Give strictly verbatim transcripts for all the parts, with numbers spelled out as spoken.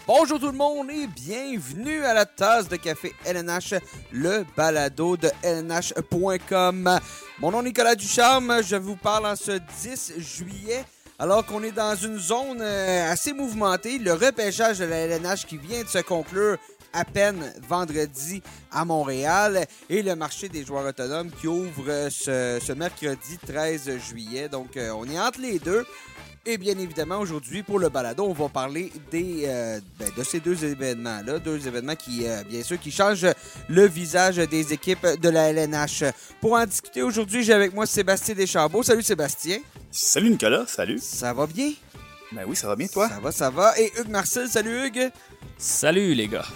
Bonjour tout le monde et bienvenue à la tasse de café L N H, le balado de L N H point com. Mon nom est Nicolas Ducharme, je vous parle en ce dix juillet, alors qu'on est dans une zone assez mouvementée, le repêchage de la L N H qui vient de se conclure à peine vendredi à Montréal et le marché des joueurs autonomes qui ouvre ce, ce mercredi treize juillet. Donc, on est entre les deux. Et bien évidemment, aujourd'hui, pour le balado, on va parler des, euh, ben, de ces deux événements-là. Deux événements qui, euh, bien sûr, qui changent le visage des équipes de la L N H. Pour en discuter aujourd'hui, j'ai avec moi Sébastien Deschambault. Salut Sébastien. Salut Nicolas, salut. Ça va bien? Ben oui, ça va bien, toi? Ça va, ça va. Et Hugues Marcel, salut Hugues. Salut les gars.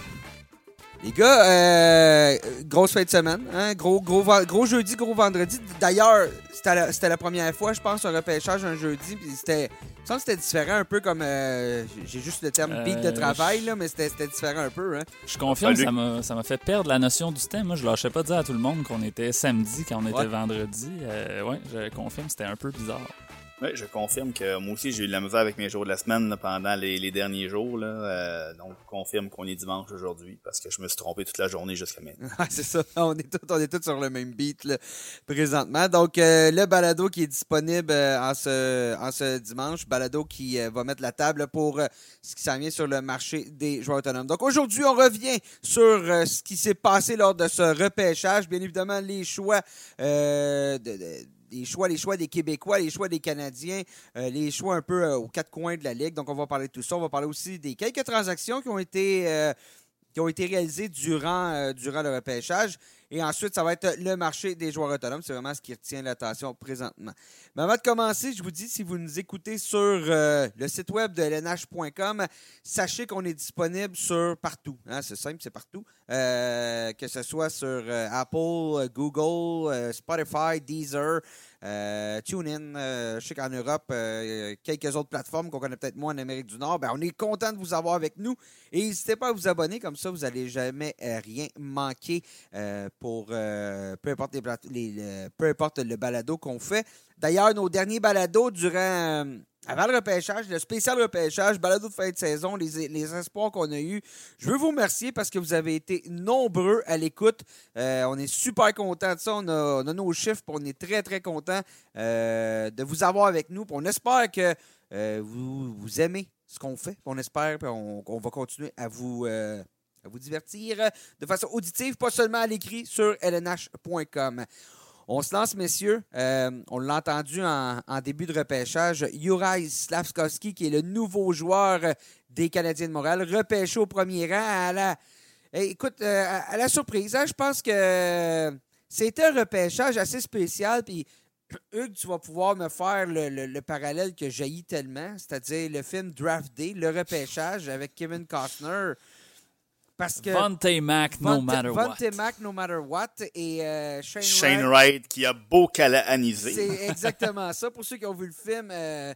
Les gars, euh, grosse fin de semaine, hein? gros, gros, gros jeudi, gros vendredi. D'ailleurs, c'était la, c'était la première fois, je pense, un repêchage un jeudi. Puis c'était, je sens que c'était différent un peu comme, euh, j'ai juste le terme beat de travail, là, mais c'était, c'était différent un peu. Hein? Je confirme, ça m'a, ça m'a fait perdre la notion du temps. Moi, je lâchais pas dire à tout le monde qu'on était samedi quand on était ouais. vendredi. Euh, ouais, je confirme, c'était un peu bizarre. Oui, je confirme que moi aussi, j'ai eu de la misère avec mes jours de la semaine là, pendant les, les derniers jours. Là, euh, donc, je confirme qu'on est dimanche aujourd'hui parce que je me suis trompé toute la journée jusqu'à maintenant. Ah, c'est ça. On est tous on est tous sur le même beat là, présentement. Donc, euh, le balado qui est disponible euh, en, ce, en ce dimanche. Balado qui euh, va mettre la table pour euh, ce qui s'en vient sur le marché des joueurs autonomes. Donc, aujourd'hui, on revient sur euh, ce qui s'est passé lors de ce repêchage. Bien évidemment, les choix euh, de... de Les choix, les choix des Québécois, les choix des Canadiens, euh, les choix un peu euh, aux quatre coins de la Ligue. Donc, on va parler de tout ça. On va parler aussi des quelques transactions qui ont été, euh, qui ont été réalisées durant, euh, durant le repêchage. Et ensuite, ça va être le marché des joueurs autonomes. C'est vraiment ce qui retient l'attention présentement. Mais avant de commencer, je vous dis, si vous nous écoutez sur euh, le site web de L N H point com, sachez qu'on est disponible sur partout. Hein? C'est simple, c'est partout. Euh, que ce soit sur euh, Apple, Google, euh, Spotify, Deezer, euh, TuneIn. Euh, je sais qu'en Europe, euh, quelques autres plateformes qu'on connaît peut-être moins en Amérique du Nord. Ben, on est content de vous avoir avec nous. Et n'hésitez pas à vous abonner. Comme ça, vous n'allez jamais euh, rien manquer euh, pour euh, peu, importe les, les, les, peu importe le balado qu'on fait. D'ailleurs, nos derniers balados durant, euh, avant le repêchage, le spécial repêchage, balado de fin de saison, les, les espoirs qu'on a eus, je veux vous remercier parce que vous avez été nombreux à l'écoute. Euh, on est super contents de ça. On a, on a nos chiffres, on est très, très contents euh, de vous avoir avec nous. On espère que euh, vous, vous aimez ce qu'on fait. On espère qu'on on va continuer à vous... Euh, à vous divertir de façon auditive, pas seulement à l'écrit sur L N H point com. On se lance, messieurs. Euh, on l'a entendu en, en début de repêchage. Juraj Slafkovský, qui est le nouveau joueur des Canadiens de Montréal, repêché au premier rang à la, écoute, euh, à la surprise. Hein, je pense que c'était un repêchage assez spécial. Puis, Hugues, tu vas pouvoir me faire le, le, le parallèle que j'haïs tellement, c'est-à-dire le film Draft Day, le repêchage avec Kevin Costner. Parce que Vonte Mack, no matter what. Vonte Mack, no matter what. Et euh, Shane, Shane Wright, Wright, qui a beau calaaniser. C'est exactement ça. Pour ceux qui ont vu le film, euh,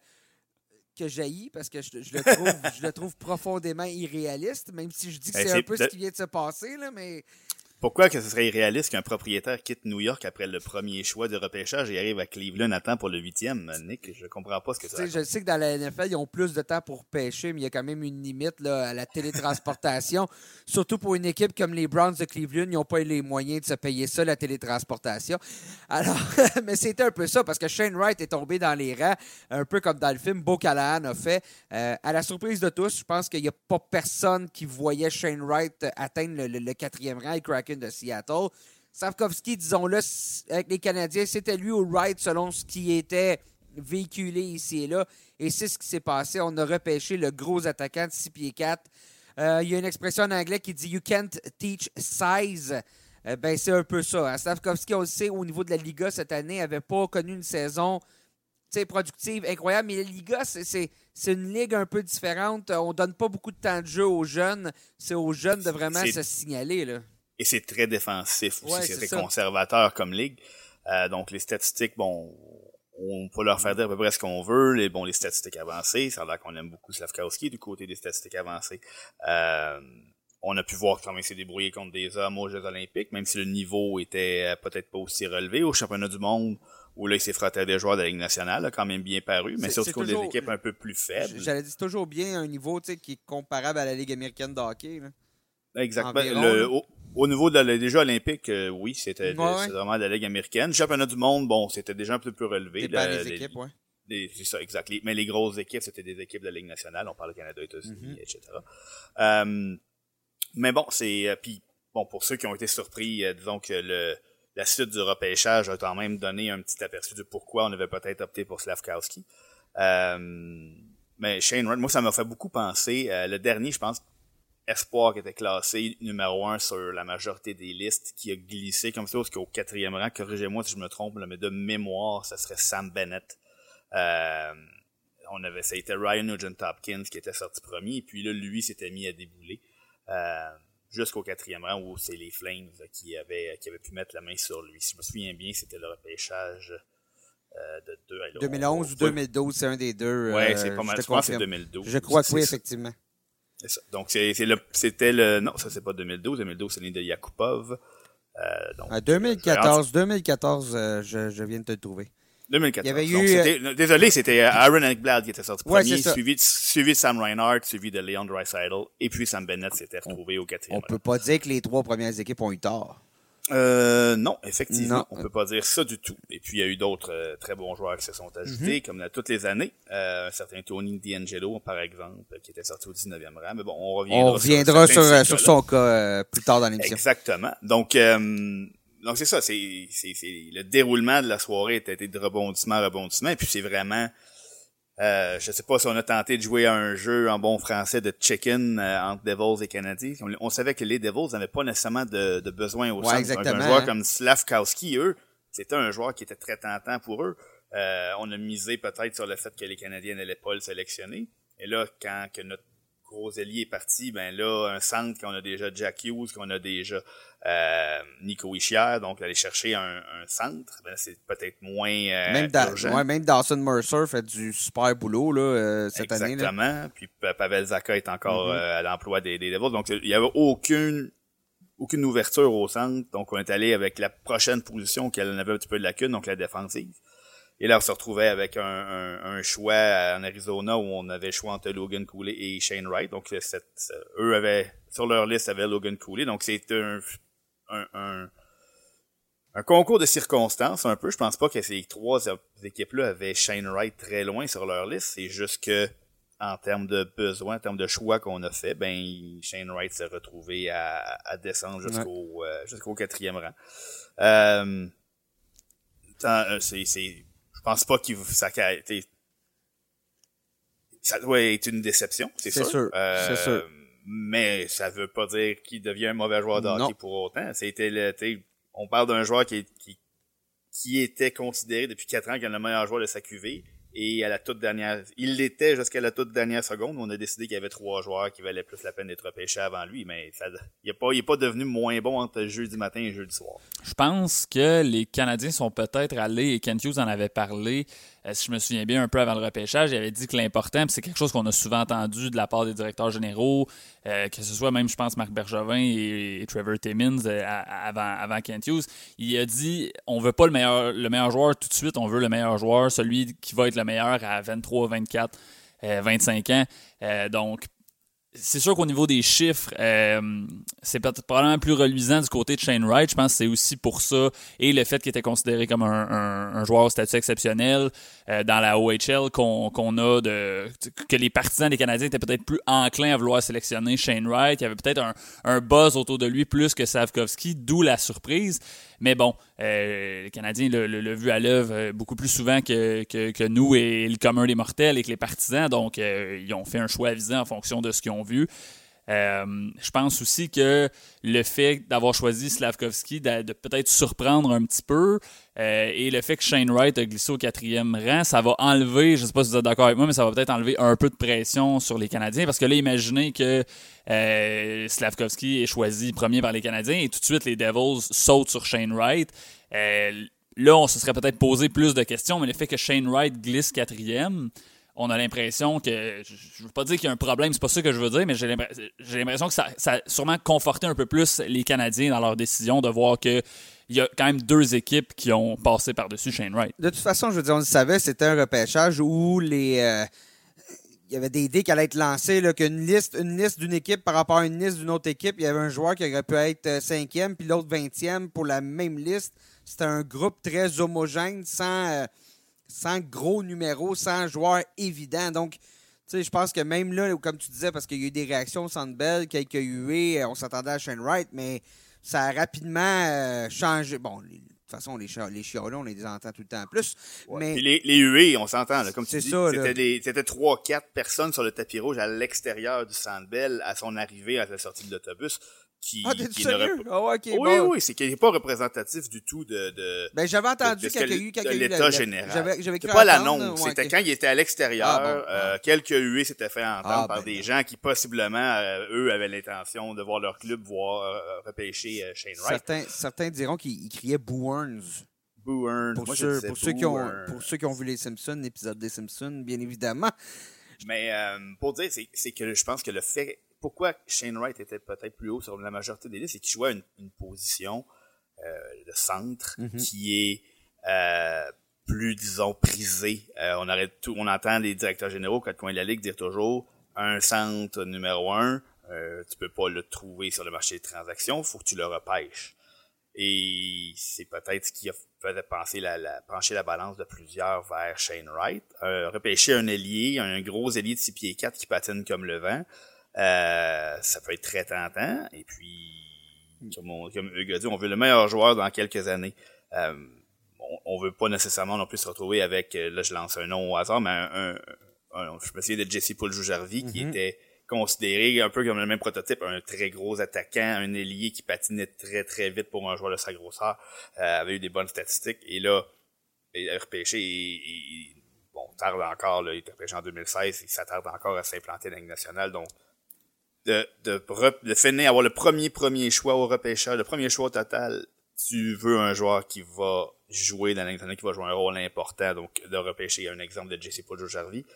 que j'haïs, parce que je, je, le trouve, je le trouve profondément irréaliste, même si je dis que c'est, c'est un peu de... ce qui vient de se passer, là, mais... Pourquoi que ce serait irréaliste qu'un propriétaire quitte New York après le premier choix de repêchage et arrive à Cleveland à temps pour le huitième? Nick, je comprends pas ce que ça. Je sais que dans la N F L, ils ont plus de temps pour pêcher, mais il y a quand même une limite là, à la télétransportation. Surtout pour une équipe comme les Browns de Cleveland, ils n'ont pas eu les moyens de se payer ça, la télétransportation. Alors, mais c'était un peu ça, parce que Shane Wright est tombé dans les rangs, un peu comme dans le film Bo Callahan a fait. Euh, à la surprise de tous, je pense qu'il n'y a pas personne qui voyait Shane Wright atteindre le, le, le quatrième rang, le Kraken de Seattle. Slafkovský, disons-le, avec les Canadiens, c'était lui ou Wright selon ce qui était véhiculé ici et là. Et c'est ce qui s'est passé. On a repêché le gros attaquant de six pieds quatre. Euh, il y a une expression en anglais qui dit « You can't teach size ». Euh, ben, c'est un peu ça. Hein. Slafkovský, on le sait, au niveau de la Liga cette année, n'avait pas connu une saison productive incroyable. Mais la Liga, c'est, c'est, c'est une ligue un peu différente. On ne donne pas beaucoup de temps de jeu aux jeunes. C'est aux jeunes de vraiment c'est... se signaler, là. Et c'est très défensif aussi, ouais, c'est, c'est très ça. conservateur comme ligue. Euh, donc les statistiques, bon, on peut leur faire dire à peu près ce qu'on veut. Les, bon, les statistiques avancées, ça a l'air qu'on aime beaucoup Slafkovský du côté des statistiques avancées. Euh, On a pu voir comment il s'est débrouillé contre des hommes aux Jeux olympiques, même si le niveau était euh, peut-être pas aussi relevé au championnat du monde, où là, il s'est frotté à des joueurs de la Ligue nationale, a quand même bien paru, mais C'est- surtout c'est contre toujours- des équipes un peu plus faibles. J'allais dire, c'est toujours bien un niveau tu sais, qui est comparable à la Ligue américaine de hockey. Là. Exactement. Environ, Le- là. au, au niveau de la, des Jeux olympiques, euh, oui, c'était Ouais, ouais. c'est vraiment de la Ligue américaine. Le championnat du monde, bon, c'était déjà un peu plus relevé. Dépend Le- des les- équipes, ouais. les- c'est ça, exact. Les- mais les grosses équipes, c'était des équipes de la Ligue nationale. On parle de Canada, États-Unis, Mhm. et cetera. Euh, mais bon, c'est... Euh, puis, bon, pour ceux qui ont été surpris, euh, disons que le la suite du repêchage a quand même donné un petit aperçu de pourquoi on avait peut-être opté pour Slafkowski. Euh, mais Shane Wright, moi, ça m'a fait beaucoup penser. Euh, le dernier, je pense, Espoir qui était classé numéro un sur la majorité des listes, qui a glissé comme ça jusqu'au quatrième rang. Corrigez-moi si je me trompe, là, mais de mémoire, ça serait Sam Bennett. Euh, on avait, ça a été Ryan Nugent-Hopkins qui était sorti premier, et puis là, lui s'était mis à débouler. Euh, jusqu'au quatrième rang où c'est les Flames qui avaient, qui avaient pu mettre la main sur lui. Si je me souviens bien, c'était le repêchage euh, de deux. Alors, deux mille onze on, ou deux mille douze, c'est un des deux. Ouais, euh, c'est pas mal. Je Je te pense que c'est confirme. deux mille douze. Je crois que C'est oui, ça. effectivement. C'est ça. Donc, c'est, c'est le, c'était le... Non, ça, c'est pas deux mille douze. deux mille douze, c'est l'année de Yakupov. Euh, donc, À deux mille quatorze, deux mille quatorze euh, je, je viens de te le trouver. deux mille quatorze. Il y avait Donc, eu, c'était- désolé, c'était Aaron Ekblad qui était sorti Ouais, premier, c'est ça. suivi, de- suivi de Sam Reinhart, suivi de Leon Draisaitl, et puis Sam Bennett s'était retrouvé au quatrième On rang. peut pas dire que les trois premières équipes ont eu tort. Euh, non, effectivement, Non. on peut pas dire ça du tout. Et puis, il y a eu d'autres euh, très bons joueurs qui se sont ajoutés, comme à toutes les années. Euh, un certain Tony D'Angelo, par exemple, qui était sorti au dix-neuvième rang. Mais bon, on reviendra, On reviendra sur, certains de ces sur cas-là. son cas euh, plus tard dans l'émission. Exactement. Donc, euh, donc c'est ça, c'est, c'est, c'est le déroulement de la soirée a été de rebondissement, rebondissement, et puis c'est vraiment, euh, je sais pas si on a tenté de jouer à un jeu en bon français de chicken euh, entre Devils et Canadiens. On, on savait que les Devils n'avaient pas nécessairement de, de besoin au Ouais, centre. exactement, Donc, un joueur hein. comme Slafkowski, eux, c'était un joueur qui était très tentant pour eux. Euh, on a misé peut-être sur le fait que les Canadiens n'allaient pas le sélectionner. Et là, quand que notre gros ailier est parti, ben là, un centre qu'on a déjà Jack Hughes, qu'on a déjà euh, Nico Hischier, donc aller chercher un, un centre, ben c'est peut-être moins euh, Même, Da- urgent. ouais, même Dawson Mercer fait du super boulot là, euh, cette année. Là. Exactement. Puis Pa- Pavel Zacha est encore Mhm. euh, à l'emploi des, des Devils. Donc, il n'y avait aucune aucune ouverture au centre. Donc, on est allé avec la prochaine position qui en avait un petit peu de lacune, donc la défensive. Et là, on se retrouvait avec un, un, un choix en Arizona où on avait le choix entre Logan Cooley et Shane Wright. Donc, cette, eux avaient, sur leur liste, avaient Logan Cooley. Donc, c'était un, un, un, un concours de circonstances, un peu. Je pense pas que ces trois équipes-là avaient Shane Wright très loin sur leur liste. C'est juste que, en termes de besoin, en termes de choix qu'on a fait, ben, Shane Wright s'est retrouvé à, à descendre jusqu'au, ouais. euh, jusqu'au quatrième rang. Euh, c'est, c'est, je pense pas qu'il ça a été, ça doit être une déception, c'est, C'est sûr. sûr, Euh, c'est sûr. Mais ça veut pas dire qu'il devient un mauvais joueur de hockey Non. pour autant. C'était le, t'sais, on parle d'un joueur qui, qui, qui était considéré depuis quatre ans comme le meilleur joueur de sa Q V. Et à la toute dernière, il l'était jusqu'à la toute dernière seconde. On a décidé qu'il y avait trois joueurs qui valaient plus la peine d'être repêchés avant lui, mais ça, il est pas, il est pas devenu moins bon entre jeudi matin et jeudi soir. Je pense que les Canadiens sont peut-être allés, et Kent Hughes en avait parlé, euh, si je me souviens bien, un peu avant le repêchage, il avait dit que l'important, puis c'est quelque chose qu'on a souvent entendu de la part des directeurs généraux, euh, que ce soit même, je pense, Marc Bergevin et, et Trevor Timmins euh, avant, avant Kent Hughes, il a dit, on veut pas le meilleur, le meilleur joueur tout de suite, on veut le meilleur joueur, celui qui va être le meilleur à vingt-trois, vingt-quatre, euh, vingt-cinq ans. Euh, donc, c'est sûr qu'au niveau des chiffres, euh, c'est peut-être probablement plus reluisant du côté de Shane Wright. Je pense que c'est aussi pour ça. Et le fait qu'il était considéré comme un, un, un joueur au statut exceptionnel euh, dans la O H L qu'on, qu'on a, de que les partisans des Canadiens étaient peut-être plus enclins à vouloir sélectionner Shane Wright. Il y avait peut-être un, un buzz autour de lui plus que Slafkowski, d'où la surprise. Mais bon, euh, les Canadiens l'ont le, le vu à l'œuvre beaucoup plus souvent que, que, que nous et le commun des mortels et que les partisans. Donc, euh, ils ont fait un choix avisé en fonction de ce qu'ils ont vu. Euh, je pense aussi que le fait d'avoir choisi Slafkowski, de, de peut-être surprendre un petit peu, euh, et le fait que Shane Wright a glissé au quatrième rang, ça va enlever, je ne sais pas si vous êtes d'accord avec moi, mais ça va peut-être enlever un peu de pression sur les Canadiens, parce que là, imaginez que euh, Slafkowski est choisi premier par les Canadiens, et tout de suite, les Devils sautent sur Shane Wright. Euh, là, on se serait peut-être posé plus de questions, mais le fait que Shane Wright glisse quatrième, on a l'impression que, je ne veux pas dire qu'il y a un problème, c'est pas ça que je veux dire, mais j'ai l'impression, j'ai l'impression que ça, ça a sûrement conforté un peu plus les Canadiens dans leur décision de voir que il y a quand même deux équipes qui ont passé par-dessus Shane Wright. De toute façon, je veux dire, on le savait, c'était un repêchage où les... Euh... il y avait des idées qui allaient être lancées, là, qu'une liste, une liste d'une équipe par rapport à une liste d'une autre équipe, il y avait un joueur qui aurait pu être cinquième, puis l'autre vingtième pour la même liste. C'était un groupe très homogène, sans, euh, sans gros numéros, sans joueurs évidents. Donc, tu sais, je pense que même là, comme tu disais, parce qu'il y a eu des réactions au Centre Bell, quelques huées, on s'attendait à Shane Wright, mais ça a rapidement euh, changé. Bon, les, de toute façon, les, chia- les chialons, on les entend tout le temps en plus. Ouais. Mais Puis les, les huées, on s'entend, là, comme tu C'est dis, ça, là. c'était des, c'était trois, quatre personnes sur le tapis rouge à l'extérieur du Centre Bell à son arrivée à la sortie de l'autobus qui, Ah, t'es qui sérieux? n'aurait pas- Ah, ouais, ok, oui, bon. oui, c'est qu'il n'est pas représentatif du tout de, de, Ben, j'avais entendu de, de ce quand il y a que- eu... Quand de il y a eu l'état la- la- général. J'avais, j'avais C'est cru pas entendre, l'annonce, ouais, c'était ok. quand il était à l'extérieur. Ah, bon, euh, ah. quelques huées s'étaient fait entendre Ah, par ben, des ben. gens qui possiblement, euh, eux, avaient l'intention de voir leur club voir euh, repêcher euh, Shane Wright. Certains, certains diront qu'il il criait Boo Earns. Boo Earns. Pour, Moi, je ceux, disais pour, ceux Boo qui ont, Earns. pour ceux qui ont vu les Simpsons, l'épisode des Simpsons, bien évidemment. Mais euh, pour dire, c'est, c'est que je pense que le fait... Pourquoi Shane Wright était peut-être plus haut sur la majorité des listes, c'est qu'il jouait une, une position euh, de centre Mhm. qui est euh, plus, disons, prisée. Euh, on, arrête tout, on entend les directeurs généraux, quatre coins de la Ligue, dire toujours un centre numéro un, euh, tu peux pas le trouver sur le marché des transactions, faut que tu le repêches. Et c'est peut-être ce qui a fait penser la, la, pencher la balance de plusieurs vers Shane Wright. Euh, repêcher un ailier, un gros ailier de six pieds quatre qui patine comme le vent, euh, ça peut être très tentant. Et puis, comme, on, comme Hugues a dit, on veut le meilleur joueur dans quelques années. Euh, on, on veut pas nécessairement non plus se retrouver avec, là je lance un nom au hasard, mais un, un, un je me souviens de Jesse Puljujarvi mm-hmm. qui était considéré un peu comme le même prototype, un très gros attaquant, un ailier qui patinait très très vite pour un joueur de sa grosseur, euh, avait eu des bonnes statistiques, et là, il a repêché, et, et, bon, tarde encore, là, il a repêché en deux mille seize, il s'attarde encore à s'implanter dans la Ligue nationale, donc de, de, de finir, avoir le premier premier choix au repêcheur, le premier choix au total, tu veux un joueur qui va jouer dans la Ligue nationale, qui va jouer un rôle important, donc de repêcher un exemple de Jesse Puljujarvi,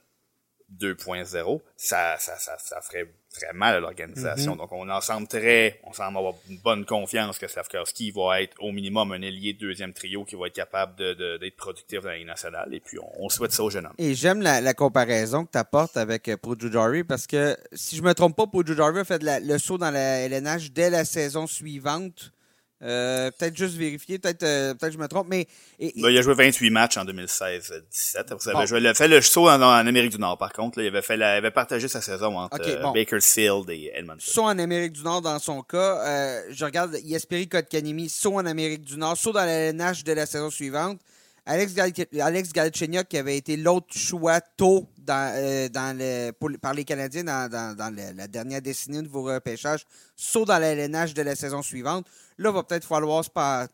deux point zéro, ça, ça, ça, ça ferait très mal à l'organisation. Mm-hmm. Donc, on en semble très, on semble avoir une bonne confiance que Slafkovský va être au minimum un ailier de deuxième trio qui va être capable de, de, d'être productif dans la Ligue nationale. Et puis, on, on souhaite ça au jeune homme. Et j'aime la, la comparaison que tu apportes avec euh, Puljujarvi parce que, si je me trompe pas, Puljujarvi a fait de la, le saut dans la L N H dès la saison suivante. Euh, peut-être juste vérifier, peut-être euh, peut-être je me trompe, mais... Et, et... Ben, il a joué vingt-huit matchs en deux mille seize dix-sept. Après, bon. Il a fait le saut en, en Amérique du Nord, par contre. Là, il, avait fait la, il avait partagé sa saison entre okay, bon. euh, Bakersfield et Edmonton. Saut en Amérique du Nord dans son cas. Euh, je regarde Jesperi Kotkaniemi, saut en Amérique du Nord, saut dans la L N H de la saison suivante. Alex, Gal- Alex Galchenyuk, qui avait été l'autre choix tôt dans, euh, dans le, pour, par les Canadiens dans, dans, dans le, la dernière décennie de vos repêchages, saut dans la L N H de la saison suivante. Là, il va peut-être falloir se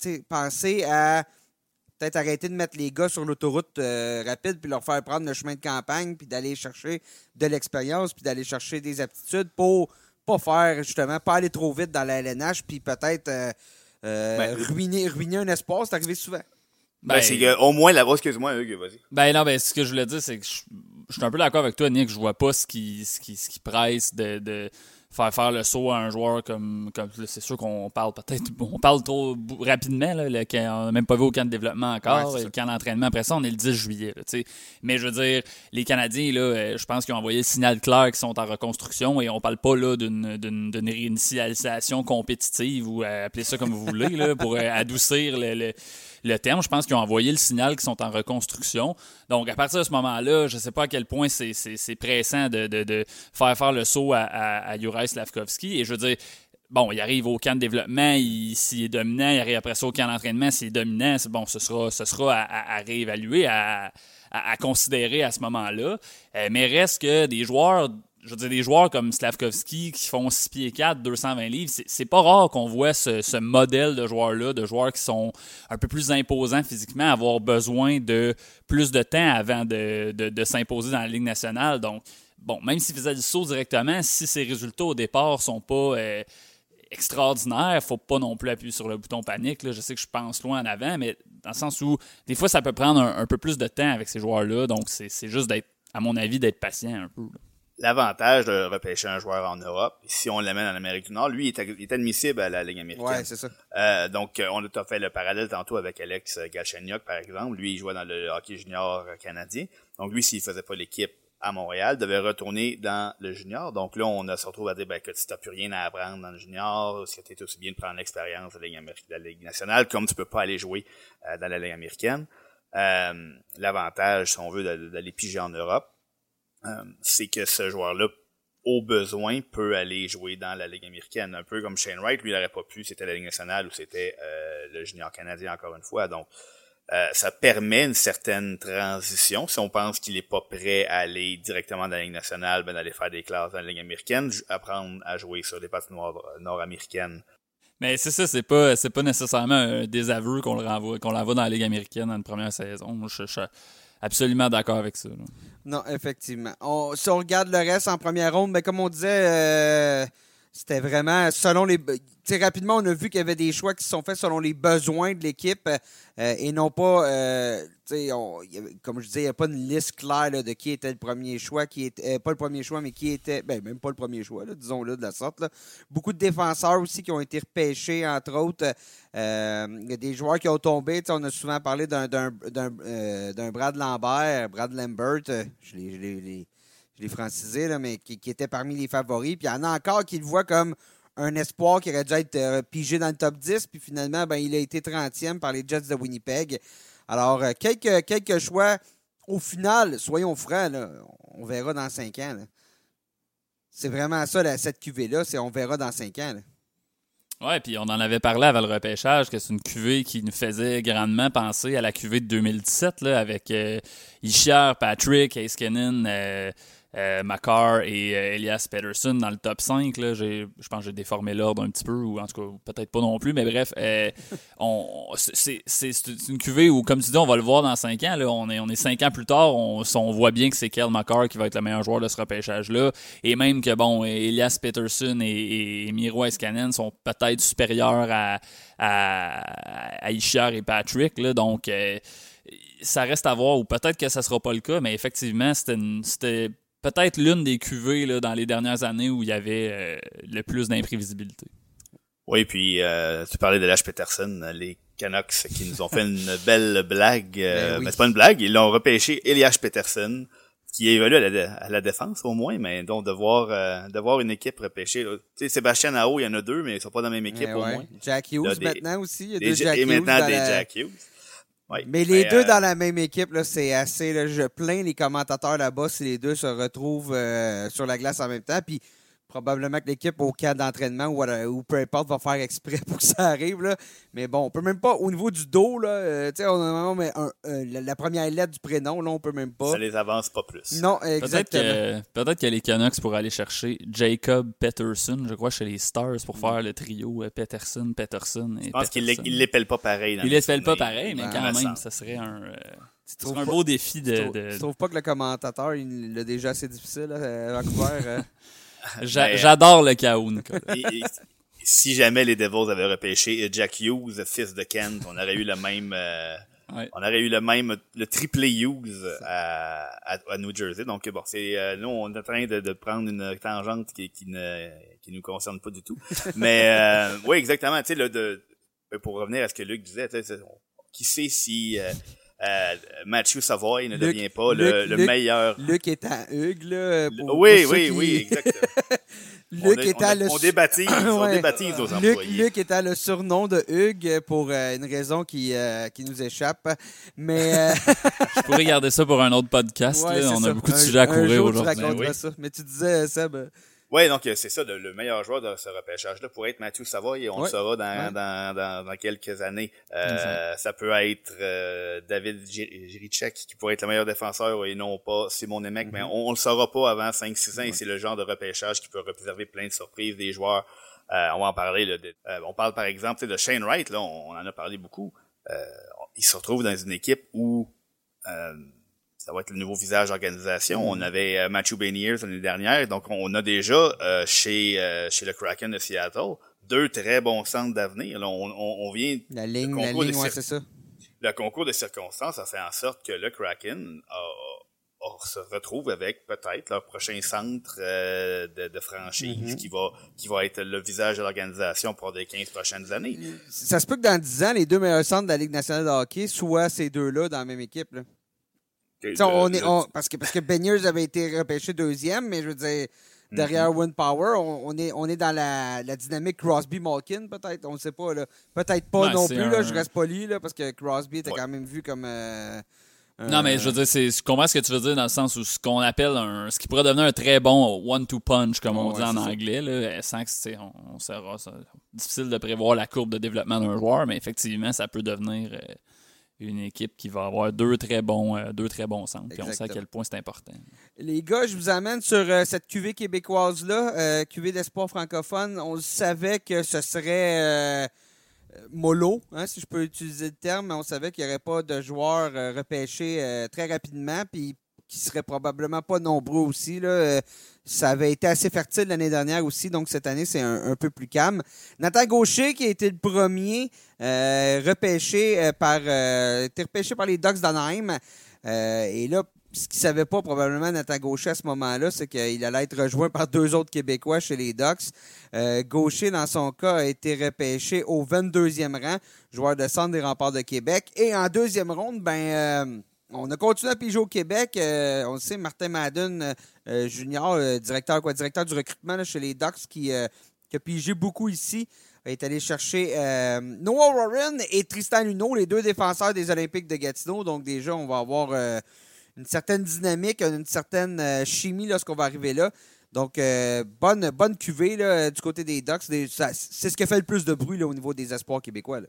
penser à peut-être arrêter de mettre les gars sur l'autoroute euh, rapide puis leur faire prendre le chemin de campagne puis d'aller chercher de l'expérience puis d'aller chercher des aptitudes pour pas faire, justement, pas aller trop vite dans la L N H puis peut-être euh, euh, ben, ruiner, ruiner un espoir. C'est arrivé souvent. Ben, ben c'est que, au moins la voix, excuse-moi, Hugues, vas-y. Ben non, ben ce que je voulais dire, c'est que je, je suis un peu d'accord avec toi, Nick. Je vois pas ce qui, ce qui, ce qui presse de, de faire faire le saut à un joueur comme, comme c'est sûr qu'on parle peut-être, on parle trop rapidement, là, le, on n'a même pas vu au camp de développement encore, ouais, le camp d'entraînement après ça, on est le dix juillet, là, tu sais. Mais je veux dire, les Canadiens, là, je pense qu'ils ont envoyé le signal clair qu'ils sont en reconstruction et on parle pas là d'une, d'une, d'une réinitialisation compétitive ou euh, appelez ça comme vous voulez, là, pour euh, adoucir le, le le terme. Je pense qu'ils ont envoyé le signal qu'ils sont en reconstruction. Donc, à partir de ce moment-là, je ne sais pas à quel point c'est, c'est, c'est pressant de, de, de faire faire le saut à, à, à Juraj Slafkovský. Et je veux dire, bon, il arrive au camp de développement, il, s'il est dominant, il arrive après ça au camp d'entraînement, s'il est dominant, c'est bon, ce sera, ce sera à, à, à réévaluer, à, à, à considérer à ce moment-là. Euh, mais reste que des joueurs... Je veux dire, des joueurs comme Slafkovský qui font six pieds quatre, deux cent vingt livres, c'est, c'est pas rare qu'on voit ce, ce modèle de joueurs-là, de joueurs qui sont un peu plus imposants physiquement, avoir besoin de plus de temps avant de, de, de s'imposer dans la Ligue nationale. Donc, bon, même s'ils faisaient du saut directement, si ces résultats au départ sont pas euh, extraordinaires, faut pas non plus appuyer sur le bouton panique. Là. Je sais que je pense loin en avant, mais dans le sens où des fois, ça peut prendre un, un peu plus de temps avec ces joueurs-là. Donc, c'est, c'est juste d'être à mon avis, d'être patient un peu. Là. L'avantage de repêcher un joueur en Europe, si on l'amène en Amérique du Nord, lui, il est, il est admissible à la Ligue américaine. Ouais, c'est ça. Euh, donc, on a fait le parallèle tantôt avec Alex Galchenyuk, par exemple. Lui, il jouait dans le hockey junior canadien. Donc, lui, s'il faisait pas l'équipe à Montréal, devait retourner dans le junior. Donc là, on a, se retrouve à dire ben, que tu n'as plus rien à apprendre dans le junior, est-ce que tu es aussi bien de prendre l'expérience de la Ligue, Amérique, de la Ligue nationale, comme tu peux pas aller jouer euh, dans la Ligue américaine. Euh, l'avantage, si on veut, d'aller piger en Europe, euh, c'est que ce joueur-là, au besoin, peut aller jouer dans la Ligue américaine. Un peu comme Shane Wright, lui, il n'aurait pas pu, c'était la Ligue nationale ou c'était euh, le junior canadien, encore une fois. Donc, Euh, ça permet une certaine transition. Si on pense qu'il est pas prêt à aller directement dans la Ligue nationale, ben d'aller faire des classes dans la Ligue américaine, apprendre à jouer sur des patinoires nord-américaines. Mais c'est ça, c'est pas c'est pas nécessairement un désaveu qu'on le renvoie, qu'on l'envoie dans la Ligue américaine dans une première saison. Moi, je, je suis absolument d'accord avec ça. Là. Non, effectivement. On, si on regarde le reste en première ronde, mais comme on disait, euh, c'était vraiment selon les. Tu sais, rapidement, on a vu qu'il y avait des choix qui se sont faits selon les besoins de l'équipe euh, et non pas. Euh, tu sais, comme je disais, il n'y a pas une liste claire là, de qui était le premier choix, qui était euh, pas le premier choix, mais qui était. Ben, même pas le premier choix, là, disons-le de la sorte. Là. Beaucoup de défenseurs aussi qui ont été repêchés, entre autres. Euh, il y a des joueurs qui ont tombé. On a souvent parlé d'un, d'un, d'un, euh, d'un Brad Lambert, Brad Lambert. Euh, je l'ai. Je l'ai Je l'ai francisé, là, mais qui, qui était parmi les favoris. Puis il y en a encore qui le voient comme un espoir qui aurait dû être euh, pigé dans le top dix. Puis finalement, ben, il a été trentième par les Jets de Winnipeg. Alors, euh, quelques, quelques choix. Au final, soyons francs, là, on verra dans cinq ans. Là. C'est vraiment ça, là, cette cuvée-là. C'est on verra dans cinq ans. Là. Ouais, puis on en avait parlé avant le repêchage, que c'est une cuvée qui nous faisait grandement penser à la cuvée de deux mille dix-sept, là, avec euh, Ishar, Patrick, Heiskanen, euh, euh, Makar et euh, Elias Pettersson dans le top cinq. Là. J'ai, je pense que j'ai déformé l'ordre un petit peu, ou en tout cas, peut-être pas non plus, mais bref, euh, on, c'est, c'est, c'est une cuvée où, comme tu dis, on va le voir dans cinq ans. Là, on est, on est cinq ans plus tard, on, on voit bien que c'est Cale Makar qui va être le meilleur joueur de ce repêchage-là, et même que, bon, Elias Pettersson et, et Miro Heiskanen sont peut-être supérieurs à, à, à Ishar et Patrick, là, donc euh, ça reste à voir, ou peut-être que ça sera pas le cas, mais effectivement, c'était, une, c'était peut-être l'une des cuvées là, dans les dernières années où il y avait euh, le plus d'imprévisibilité. Oui, puis euh, tu parlais de Elias Pettersson, les Canucks qui nous ont fait une belle blague, euh, ben oui. Mais c'est pas une blague, ils l'ont repêché Elias Pettersson, qui évolue à la, à la défense au moins, mais donc de voir, euh, de voir une équipe repêchée. Tu sais, Sébastien Aho, il y en a deux, mais ils sont pas dans la même équipe mais au ouais. moins. Jack Hughes des, maintenant aussi, il y a deux des, Jack et Hughes. Et maintenant des la... Jack Hughes. Ouais, mais les mais deux euh... dans la même équipe, là, c'est assez. Là, je plains les commentateurs là-bas si les deux se retrouvent euh, sur la glace en même temps. Puis probablement que l'équipe au camp d'entraînement ou, ou peu importe va faire exprès pour que ça arrive. Là. Mais bon, on peut même pas, au niveau du dos, là, euh, tu sais, on a mais un, euh, la, la première lettre du prénom, là, on peut même pas. Ça les avance pas plus. Non, exactement. Peut-être que, peut-être que les Canucks pourraient aller chercher Jacob Pettersson, je crois, chez les Stars pour faire le trio euh, Pettersson, Pettersson et Je pense Pettersson. qu'ils ne l'épellent pas pareil. Dans ils l'épellent pas pareil, mais ouais, quand même, ça serait un... Euh, C'est un pas, beau défi de... Tu trouves, de... trouves pas que le commentateur, il l'a déjà assez difficile à Vancouver? euh... J'a, mais, j'adore le chaos, Nicolas. Et, et, si jamais les Devils avaient repêché Jack Hughes, fils de Kent, on aurait eu le même... Euh, ouais. On aurait eu le même... Le triplé Hughes à, à, à New Jersey. Donc, bon, c'est euh, nous, on est en train de, de prendre une tangente qui, qui ne qui nous concerne pas du tout. Mais, euh, oui, exactement. Tu sais, le de, pour revenir à ce que Luc disait, qui sait si... Euh, Euh, Matthew Savoie ne Luc, devient pas Luc, le, le Luc, meilleur. Luc est à Hugues, là. Pour, oui, pour oui, qui... oui, exactement. Luc on, est à on, le... on débaptise, ouais. on débaptise nos Luc, employés. Luc est à le surnom de Hugues pour euh, une raison qui, euh, qui nous échappe. Mais. Euh... Je pourrais garder ça pour un autre podcast. Ouais, là. On ça. a beaucoup de un, sujets à couvrir aujourd'hui. Tu raconteras oui. ça. Mais tu disais, Seb. Oui, donc c'est ça, le, le meilleur joueur de ce repêchage-là pourrait être Matthew Savoie et on ouais. le saura dans, ouais. dans, dans, dans quelques années. Euh, ça peut être euh, David Jiricek qui pourrait être le meilleur défenseur et non pas Simon Nemec, mm-hmm. mais on, on le saura pas avant cinq six ans ouais. et c'est le genre de repêchage qui peut réserver plein de surprises des joueurs. Euh, on va en parler. Là, de, euh, on parle par exemple de Shane Wright, là, on, on en a parlé beaucoup. Euh, il se retrouve dans une équipe où... Euh, ça va être le nouveau visage d'organisation. Mm. On avait euh, Matthew Beniers l'année dernière, donc on a déjà euh, chez euh, chez le Kraken de Seattle deux très bons centres d'avenir. Là, on, on, on vient la ligne, la ligne, ouais, cir- c'est ça. Le concours de circonstances a fait en sorte que le Kraken a, a se retrouvent avec peut-être leur prochain centre euh, de, de franchise mm-hmm. qui va qui va être le visage de l'organisation pour les quinze prochaines années. Ça se peut que dans dix ans, les deux meilleurs centres de la Ligue nationale de hockey soient ces deux-là dans la même équipe. Là. Okay, de, on est, on, parce que parce que Beniers avait été repêché deuxième, mais je veux dire, derrière mm-hmm. Wind Power, on, on, est, on est dans la, la dynamique Crosby-Malkin, peut-être. On ne sait pas. Là. Peut-être pas ouais, non plus. Un... Là, je reste poli là, parce que Crosby était ouais. quand même vu comme... Euh, euh... Non, mais je veux dire, c'est, je comprends ce que tu veux dire dans le sens où ce qu'on appelle un... Ce qui pourrait devenir un très bon one-two punch, comme on ouais, dit en anglais, là, sans que c'est, on, on saura, ça, difficile de prévoir la courbe de développement d'un joueur, mais effectivement, ça peut devenir... Euh, une équipe qui va avoir deux très bons, euh, deux très bons centres. Puis on sait à quel point c'est important. Les gars, je vous amène sur euh, cette cuvée québécoise-là, euh, cuvée d'espoir francophone. On le savait que ce serait euh, mollo, hein, si je peux utiliser le terme, mais on savait qu'il n'y aurait pas de joueurs euh, repêchés euh, très rapidement, puis qui seraient probablement pas nombreux aussi. Là. Euh, ça avait été assez fertile l'année dernière aussi, donc cette année, c'est un, un peu plus calme. Nathan Gaucher, qui a été le premier euh, repêché euh, par euh, été repêché par les Ducks d'Anaheim. Euh, et là, ce qu'il ne savait pas probablement Nathan Gaucher à ce moment-là, c'est qu'il allait être rejoint par deux autres Québécois chez les Ducks. Euh, Gaucher, dans son cas, a été repêché au vingt-deuxième rang, joueur de centre des Remparts de Québec. Et en deuxième ronde, ben... Euh, on a continué à piger au Québec. Euh, on le sait, Martin Madden, euh, junior, euh, directeur quoi, directeur du recrutement là, chez les Ducks, qui, euh, qui a pigé beaucoup ici, est allé chercher euh, Noah Warren et Tristan Luneau, les deux défenseurs des Olympiques de Gatineau. Donc déjà, on va avoir euh, une certaine dynamique, une certaine euh, chimie lorsqu'on va arriver là. Donc, euh, bonne, bonne cuvée là, du côté des Ducks. Des, ça, c'est ce qui a fait le plus de bruit là, au niveau des espoirs québécois. Là.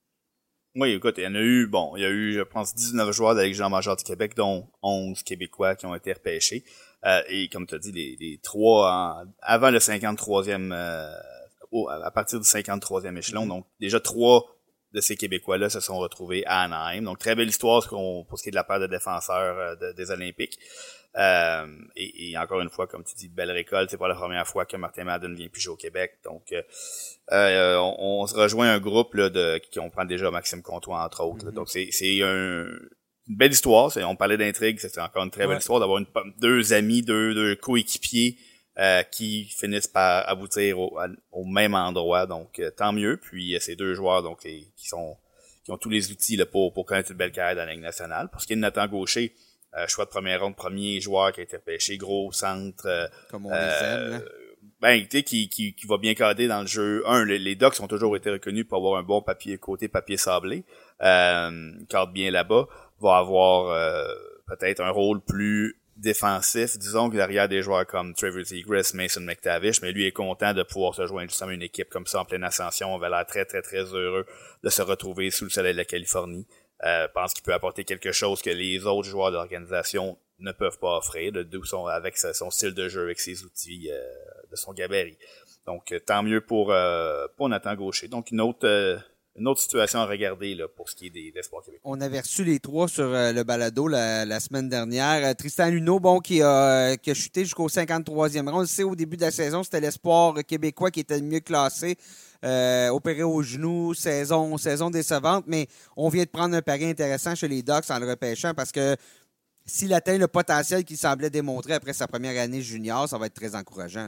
Oui, écoute, il y en a eu, bon, il y a eu, je pense, dix-neuf joueurs de la Ligue majeure du Québec, dont onze Québécois qui ont été repêchés. Euh, et comme tu as dit, les, les trois, en, avant le cinquante-troisième, euh, oh, à partir du cinquante-troisième échelon, mm-hmm. donc déjà trois de ces Québécois-là se sont retrouvés à Anaheim. Donc, très belle histoire pour ce qui est de la paire de défenseurs euh, de, des Olympiques. Euh, et, et encore une fois, comme tu dis, belle récolte. C'est pas la première fois que Martin Madden vient piger au Québec. Donc, euh, euh, on, on se rejoint un groupe là, de qui on prend déjà Maxime Comtois, entre autres. Mm-hmm. Donc, c'est, c'est un, une belle histoire. C'est, on parlait d'intrigue. C'est encore une très belle ouais. histoire d'avoir une, deux amis, deux, deux coéquipiers euh, qui finissent par aboutir au, au même endroit. Donc, euh, tant mieux. Puis, euh, ces deux joueurs donc les, qui sont qui ont tous les outils là, pour, pour connaître une belle carrière dans la Ligue nationale. Pour ce qui est de Nathan Gaucher, Euh, choix de première ronde, premier joueur qui a été repêché, gros centre. Euh, Comme on euh, les aime, là. Ben, tu sais, qui, qui, qui va bien cadrer dans le jeu. Un, les, les Ducks ont toujours été reconnus pour avoir un bon papier, côté papier sablé. Euh, cadre bien là-bas. Va avoir euh, peut-être un rôle plus défensif, disons, que derrière des joueurs comme Trevor Zegras, Mason McTavish, mais lui est content de pouvoir se joindre justement à une équipe comme ça en pleine ascension. On avait l'air très, très, très heureux de se retrouver sous le soleil de la Californie. Euh, pense qu'il peut apporter quelque chose que les autres joueurs de l'organisation ne peuvent pas offrir, de, de son, avec son style de jeu, avec ses outils, euh, de son gabarit. Donc, tant mieux pour, euh, pour Nathan Gaucher. Donc, une autre, euh, une autre situation à regarder là, pour ce qui est des, des espoirs québécois. On avait reçu les trois sur euh, le balado la, la semaine dernière. Euh, Tristan Luneau, bon, qui a, qui a chuté jusqu'au cinquante-troisième rang. On le sait, au début de la saison, c'était l'espoir québécois qui était le mieux classé. Euh, opéré au genou, saison, saison décevante, mais on vient de prendre un pari intéressant chez les Ducks en le repêchant parce que s'il atteint le potentiel qu'il semblait démontrer après sa première année junior, ça va être très encourageant.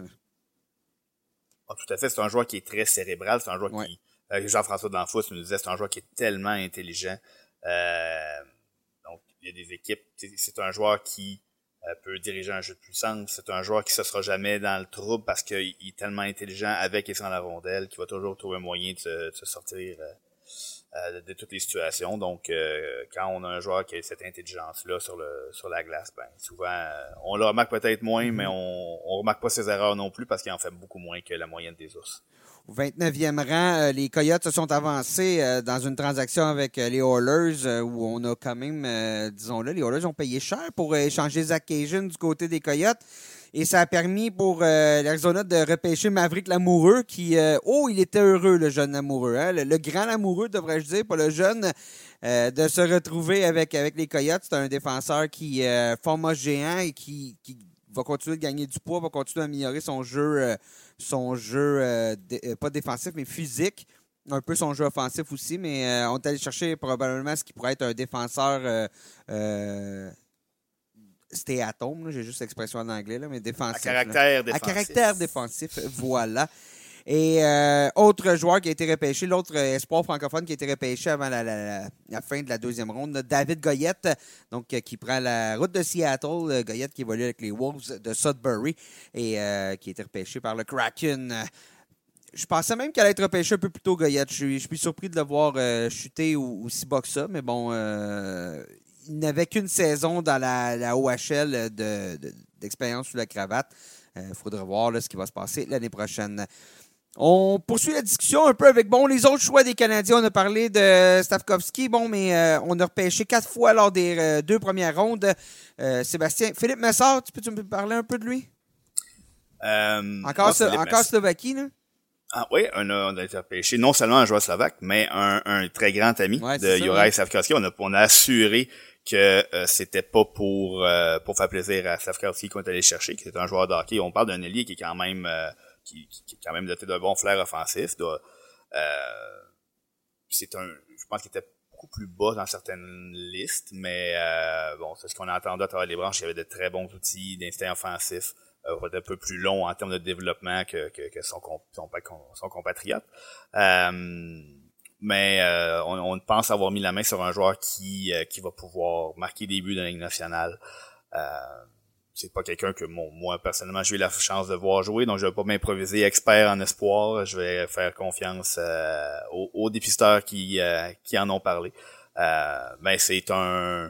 Ah, tout à fait, c'est un joueur qui est très cérébral, c'est un joueur ouais. qui, euh, Jean-François Danfous nous disait, c'est un joueur qui est tellement intelligent. Euh, donc, il y a des équipes, c'est un joueur qui Euh, peut diriger un jeu de puissance. C'est un joueur qui ne se sera jamais dans le trouble parce qu'il est tellement intelligent avec et sans la rondelle qu'il va toujours trouver un moyen de se, de se sortir euh, euh, de, de toutes les situations. Donc, euh, quand on a un joueur qui a cette intelligence-là sur le sur la glace, ben souvent, euh, on le remarque peut-être moins, mais on ne remarque pas ses erreurs non plus parce qu'il en fait beaucoup moins que la moyenne des ours. Au vingt-neuvième rang, euh, les Coyotes se sont avancés euh, dans une transaction avec euh, les Oilers euh, où on a quand même, euh, disons-le, les Oilers ont payé cher pour euh, échanger Zach Cajun du côté des Coyotes. Et ça a permis pour euh, l'Arizona de repêcher Maverick Lamoureux qui, euh, oh, il était heureux, le jeune Lamoureux. Hein? Le, le grand Lamoureux, devrais-je dire, pas le jeune, euh, de se retrouver avec, avec les Coyotes. C'est un défenseur qui euh, format géant et qui, qui va continuer de gagner du poids, va continuer à améliorer son jeu, euh, son jeu euh, dé, euh, pas défensif, mais physique. Un peu son jeu offensif aussi, mais euh, on est allé chercher probablement ce qui pourrait être un défenseur euh, euh, stay at home, là, j'ai juste l'expression en anglais, là, mais défensif. À caractère là. défensif. À caractère défensif, voilà. Et euh, autre joueur qui a été repêché, l'autre espoir francophone qui a été repêché avant la, la, la, la fin de la deuxième ronde, David Goyette, donc euh, qui prend la route de Seattle. Euh, Goyette qui évolue avec les Wolves de Sudbury et euh, qui a été repêché par le Kraken. Je pensais même qu'elle allait être repêchée un peu plus tôt, Goyette. Je suis, je suis surpris de le voir euh, chuter aussi bas que ça, mais bon, euh, il n'avait qu'une saison dans la, la O H L de, de, d'expérience sous la cravate. Il euh, faudra voir là, ce qui va se passer l'année prochaine. On poursuit la discussion un peu avec bon les autres choix des Canadiens. On a parlé de Stavkovski, bon, mais euh, on a repêché quatre fois lors des euh, deux premières rondes. Euh, Sébastien, Philippe Messard, tu peux-tu me parler un peu de lui? Euh, encore moi, so, encore Mess... Slovaquie, là? Ah oui, on a, on a été repêché non seulement un joueur slovaque, mais un, un très grand ami ouais, de Juraj Slavkovski. On a, on a assuré que euh, c'était pas pour euh, pour faire plaisir à Slavkovski qu'on est allé chercher, que c'était un joueur de hockey. On parle d'un ailier qui est quand même euh, qui, qui, qui est quand même doté d'un bon flair offensif. De, euh, c'est un, je pense qu'il était beaucoup plus bas dans certaines listes, mais euh, bon, c'est ce qu'on a entendu à travers les branches. Il y avait de très bons outils d'instinct offensif, euh, un peu plus long en termes de développement que, que, que son, son, son compatriote. Euh, mais euh, on, on pense avoir mis la main sur un joueur qui, euh, qui va pouvoir marquer des buts dans la Ligue nationale. Euh, c'est pas quelqu'un que bon, moi personnellement j'ai eu la chance de voir jouer, donc je vais pas m'improviser expert en espoir. Je vais faire confiance euh, aux, aux dépisteurs qui euh, qui en ont parlé. Euh, mais c'est un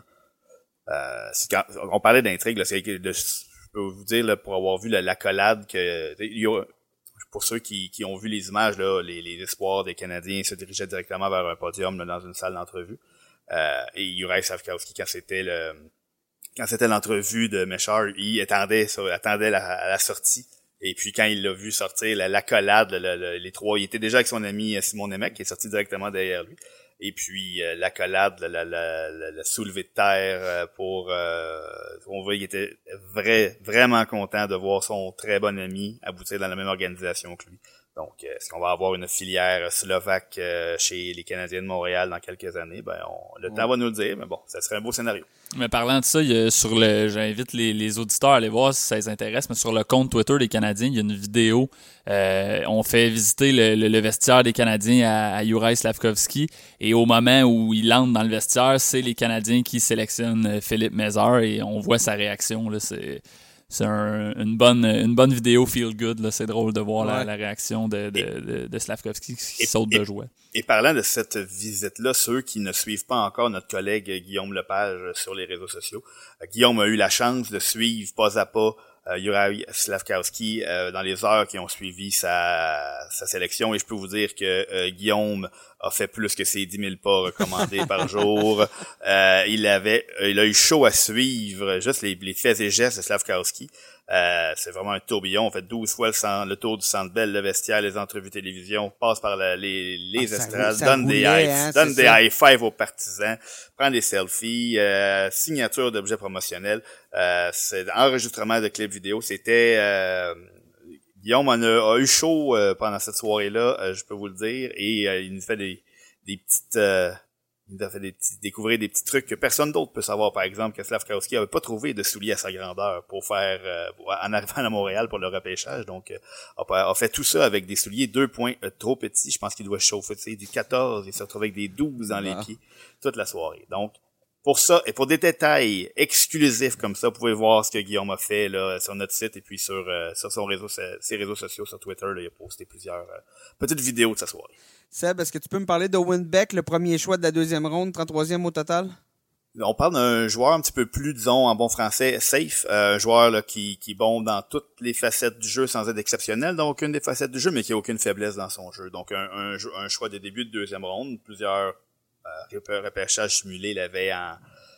euh, c'est quand, on parlait d'intrigue là, c'est de, je peux vous dire là, pour avoir vu la, l'accolade que il y a, pour ceux qui, qui ont vu les images là, les, les espoirs des Canadiens se dirigeaient directement vers un podium là, dans une salle d'entrevue. Euh, et Juraj Slavkovski, quand c'était le Quand c'était l'entrevue de Méchard, il attendait, ça, attendait la, la sortie. Et puis quand il l'a vu sortir, la, l'accolade, le, le, les trois, il était déjà avec son ami Simon Nemec, qui est sorti directement derrière lui. Et puis euh, l'accolade, le, le, le, le soulevé de terre euh, pour... Euh, on voit qu'il était vrai, vraiment content de voir son très bon ami aboutir dans la même organisation que lui. Donc, est-ce qu'on va avoir une filière slovaque euh, chez les Canadiens de Montréal dans quelques années? Ben, on, le ouais. temps va nous le dire, mais bon, ça serait un beau scénario. Mais parlant de ça, il y a sur le, j'invite les, les auditeurs à aller voir si ça les intéresse, mais sur le compte Twitter des Canadiens, il y a une vidéo. Euh, on fait visiter le, le, le vestiaire des Canadiens à, à Juraj Slavkovski, et au moment où il entre dans le vestiaire, c'est les Canadiens qui sélectionnent Philippe Mézard, et on voit sa réaction, là, c'est... C'est un, une bonne une bonne vidéo feel good là, c'est drôle de voir ouais. la, la réaction de de, et, de, de Slavkovski qui et, saute et, de joie. Et parlant de cette visite-là, ceux qui ne suivent pas encore notre collègue Guillaume Lepage sur les réseaux sociaux, euh, Guillaume a eu la chance de suivre pas à pas euh, Juraj Slavkovski euh, dans les heures qui ont suivi sa sa sélection, et je peux vous dire que euh, Guillaume a fait plus que ses dix mille pas recommandés par jour. Euh, il avait, il a eu chaud à suivre juste les, les faits et gestes de Slavkovski. Euh, c'est vraiment un tourbillon. On fait douze fois le, centre, le tour du Centre Bell, le vestiaire, les entrevues télévision, passe par la, les, les ah, estrades, ça, ça donne, roulait, des, high, hein, donne des high five aux partisans, prend des selfies, euh, signature d'objets promotionnels, euh, c'est enregistrement de clips vidéo. C'était euh, Guillaume en a, a eu chaud euh, pendant cette soirée-là, euh, je peux vous le dire, et euh, il nous fait des, des petites... Euh, il nous a fait des petits, découvrir des petits trucs que personne d'autre peut savoir. Par exemple, que Slavkovski avait pas trouvé de souliers à sa grandeur pour faire euh, en arrivant à Montréal pour le repêchage. Donc, euh, a, a fait tout ça avec des souliers deux points euh, trop petits. Je pense qu'il doit chauffer, tu sais, du quatorze. Il se retrouve avec des douze dans les pieds toute la soirée. Donc, pour ça, et pour des détails exclusifs comme ça, vous pouvez voir ce que Guillaume a fait là sur notre site et puis sur euh, sur son réseau, ses réseaux sociaux, sur Twitter. Là, il a posté plusieurs euh, petites vidéos de sa soirée. Seb, est-ce que tu peux me parler d'Owen Beck, le premier choix de la deuxième ronde, trente-troisième au total? On parle d'un joueur un petit peu plus, disons, en bon français, safe. Euh, un joueur là, qui, qui bombe dans toutes les facettes du jeu sans être exceptionnel, dans aucune des facettes du jeu, mais qui a aucune faiblesse dans son jeu. Donc, un, un, un choix de début de deuxième ronde. Plusieurs euh, repêchages simulés l'avaient en,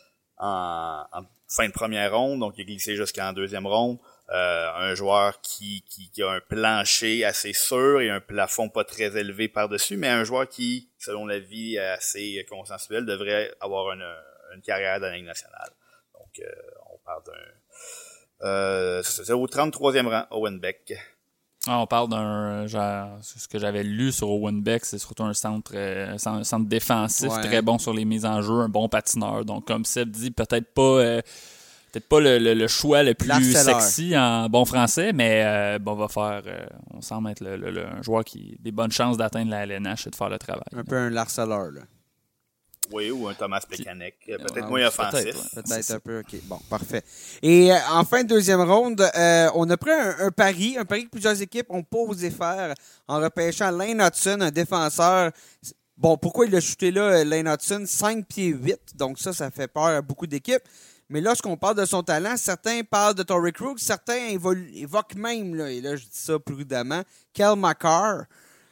en, en fin de première ronde, donc il a glissé jusqu'en deuxième ronde. Euh, un joueur qui, qui, qui a un plancher assez sûr et un plafond pas très élevé par-dessus, mais un joueur qui, selon la vie assez consensuelle, devrait avoir une, une carrière dans la Ligue nationale. Donc, euh, on parle d'un... Euh, c'est au trente-troisième rang, Owen Beck. Ah, on parle d'un... Genre, ce que j'avais lu sur Owen Beck, c'est surtout un centre, euh, un centre défensif, ouais. Très bon sur les mises en jeu, un bon patineur. Donc, comme Seb dit, peut-être pas... Euh, peut-être pas le, le, le choix le plus L'harceleur. sexy en bon français, mais euh, bon, on va faire, euh, on semble être le, le, le, un joueur qui a des bonnes chances d'atteindre la L N H et de faire le travail. Un peu un harceleur, là. Oui, ou un Thomas Plekanec. Peut-être Ouais, moins offensif. peut-être, ouais. Peut-être un peu, OK. Bon, parfait. Et euh, en fin de deuxième ronde, euh, on a pris un, un pari, un pari que plusieurs équipes n'ont pas osé faire en repêchant Lane Hudson, un défenseur. Bon, pourquoi il a shooté là, Lane Hudson? cinq pieds huit, donc ça, ça fait peur à beaucoup d'équipes. Mais lorsqu'on parle de son talent, certains parlent de Torrey Krug, certains évolu- évoquent même, là, et là, je dis ça prudemment, Kel McCarr.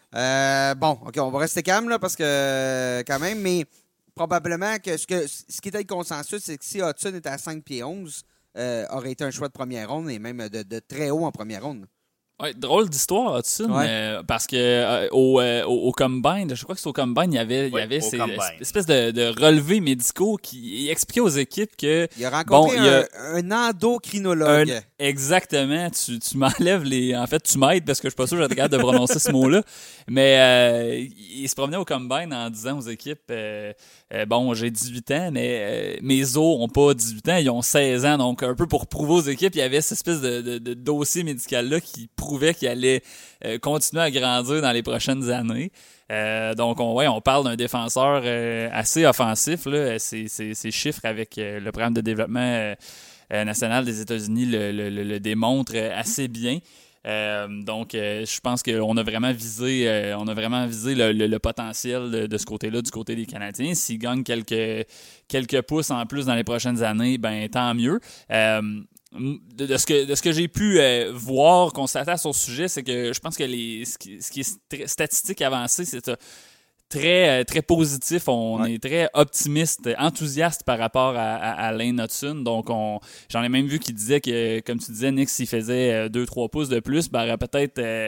Euh, bon, OK, on va rester calme, là, parce que, quand même, mais probablement que ce, que ce qui était le consensus, c'est que si Hudson était à cinq pieds onze, euh, aurait été un choix de première ronde et même de, de très haut en première ronde. Ouais, drôle d'histoire, Hudson, Ouais. euh, parce que euh, au, euh, au, au Combine, je crois que c'est au Combine, il y avait, il y Oui, avait au ces Combine. espèces de, de relevés médicaux qui il expliquaient aux équipes que Il a rencontré bon, il y a un, un endocrinologue. un- exactement, tu, tu m'enlèves les... En fait, tu m'aides parce que je suis pas sûr que j'étais capable de prononcer ce mot-là, mais euh, il se promenait au Combine en disant aux équipes euh, euh, bon, j'ai dix-huit ans, mais euh, mes os ont pas dix-huit ans, ils ont seize ans, donc un peu pour prouver aux équipes, il y avait cette espèce de, de, de dossier médical-là qui prouvait qu'il allait euh, continuer à grandir dans les prochaines années. Euh, donc, on, ouais, on parle d'un défenseur euh, assez offensif. Là. Ces, ces, ces chiffres avec euh, le programme de développement euh, euh, national des États-Unis le, le, le, le démontrent assez bien. Euh, donc, euh, je pense qu'on a vraiment visé, euh, on a vraiment visé le, le, le potentiel de, de ce côté-là, du côté des Canadiens. S'ils gagnent quelques, quelques pouces en plus dans les prochaines années, ben tant mieux. Euh, De, de ce que de ce que j'ai pu euh, voir, constater sur le sujet, c'est que je pense que les ce qui, ce qui est st- statistique avancée, c'est euh, très euh, très positif. On Ouais. est très optimiste, enthousiaste par rapport à, à, à Lane Hudson. Donc on j'en ai même vu qui disait que, comme tu disais, Nick, s'il faisait deux trois pouces de plus, ben, il aurait peut-être euh,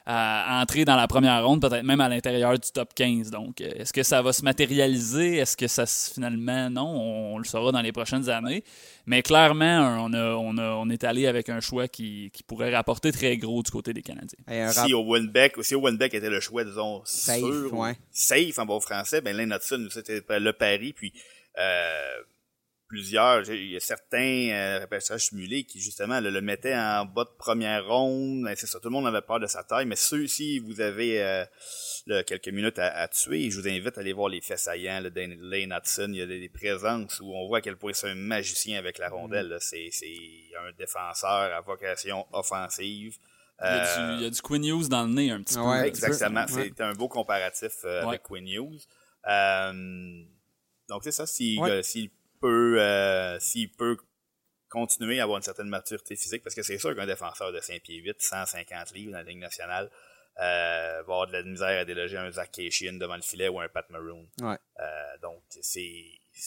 à entrer dans la première ronde, peut-être même à l'intérieur du top quinze. Donc, euh, est-ce que ça va se matérialiser? Est-ce que ça se, finalement, non? On, on le saura dans les prochaines années. Mais clairement, on, a, on, a, on est allé avec un choix qui, qui pourrait rapporter très gros du côté des Canadiens. Et un rap- Si Owen Beck, si Owen Beck était le choix, disons, Safe, sûr, ouais. safe en bon français, ben Lane Hudson, c'était le pari, puis euh, plusieurs, il y a certains euh, repêchages simulés qui, justement, le, le mettaient en bas de première ronde. Ben, c'est ça, tout le monde avait peur de sa taille, mais ceux-ci, vous avez euh, là, quelques minutes à, à tuer, je vous invite à aller voir les faits saillants là, de Lane Hudson. Il y a des, des présences où on voit à quel point c'est un magicien avec la rondelle. Là. C'est, c'est un défenseur à vocation offensive. Il y, a du, il y a du Quinn Hughes dans le nez un petit Ouais, peu. Exactement. Ouais. C'est un beau comparatif euh, Ouais. avec Quinn Hughes. Euh, donc, c'est ça. S'il, Ouais. euh, s'il peut, euh, s'il peut continuer à avoir une certaine maturité physique, parce que c'est sûr qu'un défenseur de cinq pieds huit, cent cinquante livres dans la Ligue nationale, euh, va avoir de la misère à déloger un Zach Cation devant le filet ou un Pat Maroon. Ouais. Euh, donc, c'est,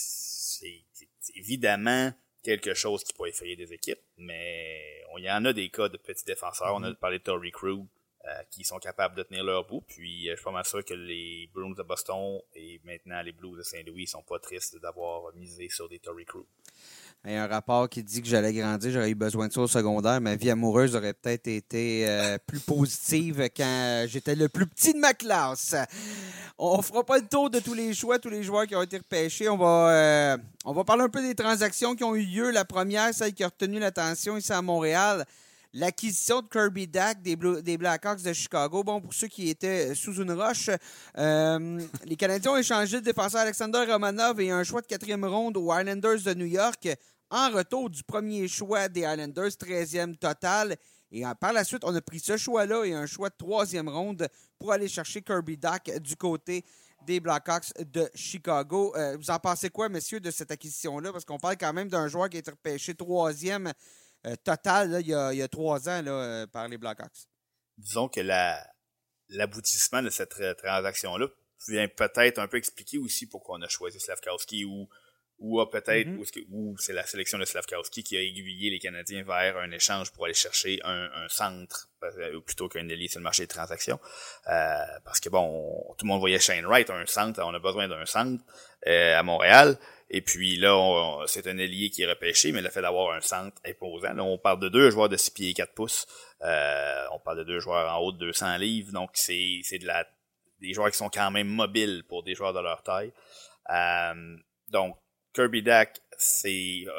c'est, c'est évidemment quelque chose qui peut effrayer des équipes, mais il y en a des cas de petits défenseurs. Mm-hmm. On a parlé de Torrey Krug, euh, qui sont capables de tenir leur bout, puis euh, je suis pas mal sûr que les Bruins de Boston et maintenant les Blues de Saint-Louis sont pas tristes d'avoir misé sur des Torrey Krug. Il y a un rapport qui dit que j'allais grandir, j'aurais eu besoin de ça au secondaire. Ma vie amoureuse aurait peut-être été euh, plus positive quand j'étais le plus petit de ma classe. On ne fera pas le tour de tous les choix, tous les joueurs qui ont été repêchés. On va, euh, on va parler un peu des transactions qui ont eu lieu. La première, celle qui a retenu l'attention ici à Montréal, l'acquisition de Kirby Dack des, Blue, des Blackhawks de Chicago. Bon, pour ceux qui étaient sous une roche, euh, les Canadiens ont échangé le défenseur Alexander Romanov et un choix de quatrième ronde aux Islanders de New York en retour du premier choix des Islanders, treizième total. Et par la suite, on a pris ce choix-là et un choix de troisième ronde pour aller chercher Kirby Dack du côté des Blackhawks de Chicago. Euh, vous en pensez quoi, messieurs, de cette acquisition-là? Parce qu'on parle quand même d'un joueur qui a été repêché troisième Euh, total, là, il, y a, il y a trois ans là, euh, par les Blackhawks. Disons que la, l'aboutissement de cette euh, transaction-là vient peut-être un peu expliquer aussi pourquoi on a choisi Slafkowski ou, ou a peut-être mm-hmm. ou, ou c'est la sélection de Slafkowski qui a aiguillé les Canadiens vers un échange pour aller chercher un, un centre euh, plutôt qu'un ailier sur le marché des transactions. Euh, parce que bon, on, tout le monde voyait Shane Wright, un centre, on a besoin d'un centre euh, à Montréal. Et puis là, on, c'est un ailier qui est repêché, mais le fait d'avoir un centre imposant. Là, on parle de deux joueurs de six pieds et quatre pouces. Euh, on parle de deux joueurs en haut de deux cents livres. Donc, c'est, c'est de la, des joueurs qui sont quand même mobiles pour des joueurs de leur taille. Euh, donc, Kirby Dack, c'est, euh,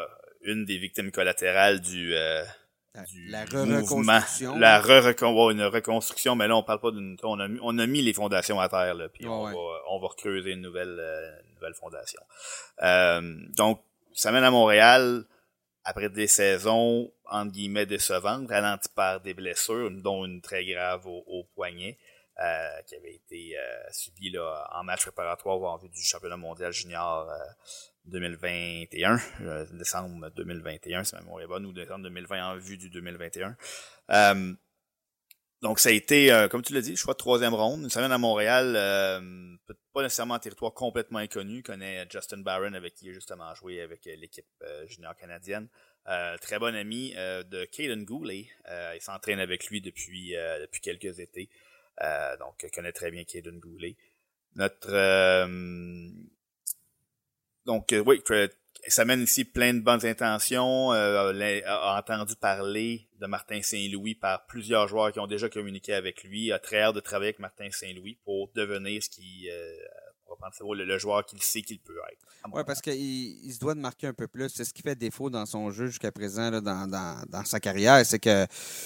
une des victimes collatérales du, euh, La, du la mouvement. re-reconstruction. La re-reconstruction. Une reconstruction, mais là, on parle pas d'une... On a mis, on a mis les fondations à terre, là, puis Ouais, on, ouais. va, on va recreuser une nouvelle, euh, une nouvelle fondation. Euh, donc, ça mène à Montréal, après des saisons, entre guillemets, décevantes, ralenties par des blessures, dont une très grave au, au poignet. Euh, qui avait été euh, subi là, en match préparatoire en vue du championnat mondial junior euh, deux mille vingt et un, euh, décembre deux mille vingt et un, si ma mémoire est bonne, ou décembre deux mille vingt en vue du deux mille vingt et un. Euh, donc ça a été, euh, comme tu l'as dit, choix de troisième ronde. Une semaine à Montréal, euh, pas nécessairement un territoire complètement inconnu, connaît Justin Barron avec qui il a justement joué avec l'équipe euh, junior canadienne. Euh, très bon ami euh, de Caden Goulet. Euh, il s'entraîne avec lui depuis, euh, depuis quelques étés. Euh, donc, il connaît très bien Caden Goulet. Notre... Euh, donc, euh, oui, ça mène ici plein de bonnes intentions. Euh, a entendu parler de Martin Saint-Louis par plusieurs joueurs qui ont déjà communiqué avec lui. A très hâte de travailler avec Martin Saint-Louis pour devenir ce qui... Euh, pour reprendre le, le joueur qu'il sait qu'il peut être. Oui, parce qu'il il se doit de marquer un peu plus. C'est ce qui fait défaut dans son jeu jusqu'à présent, là, dans, dans, dans sa carrière. C'est que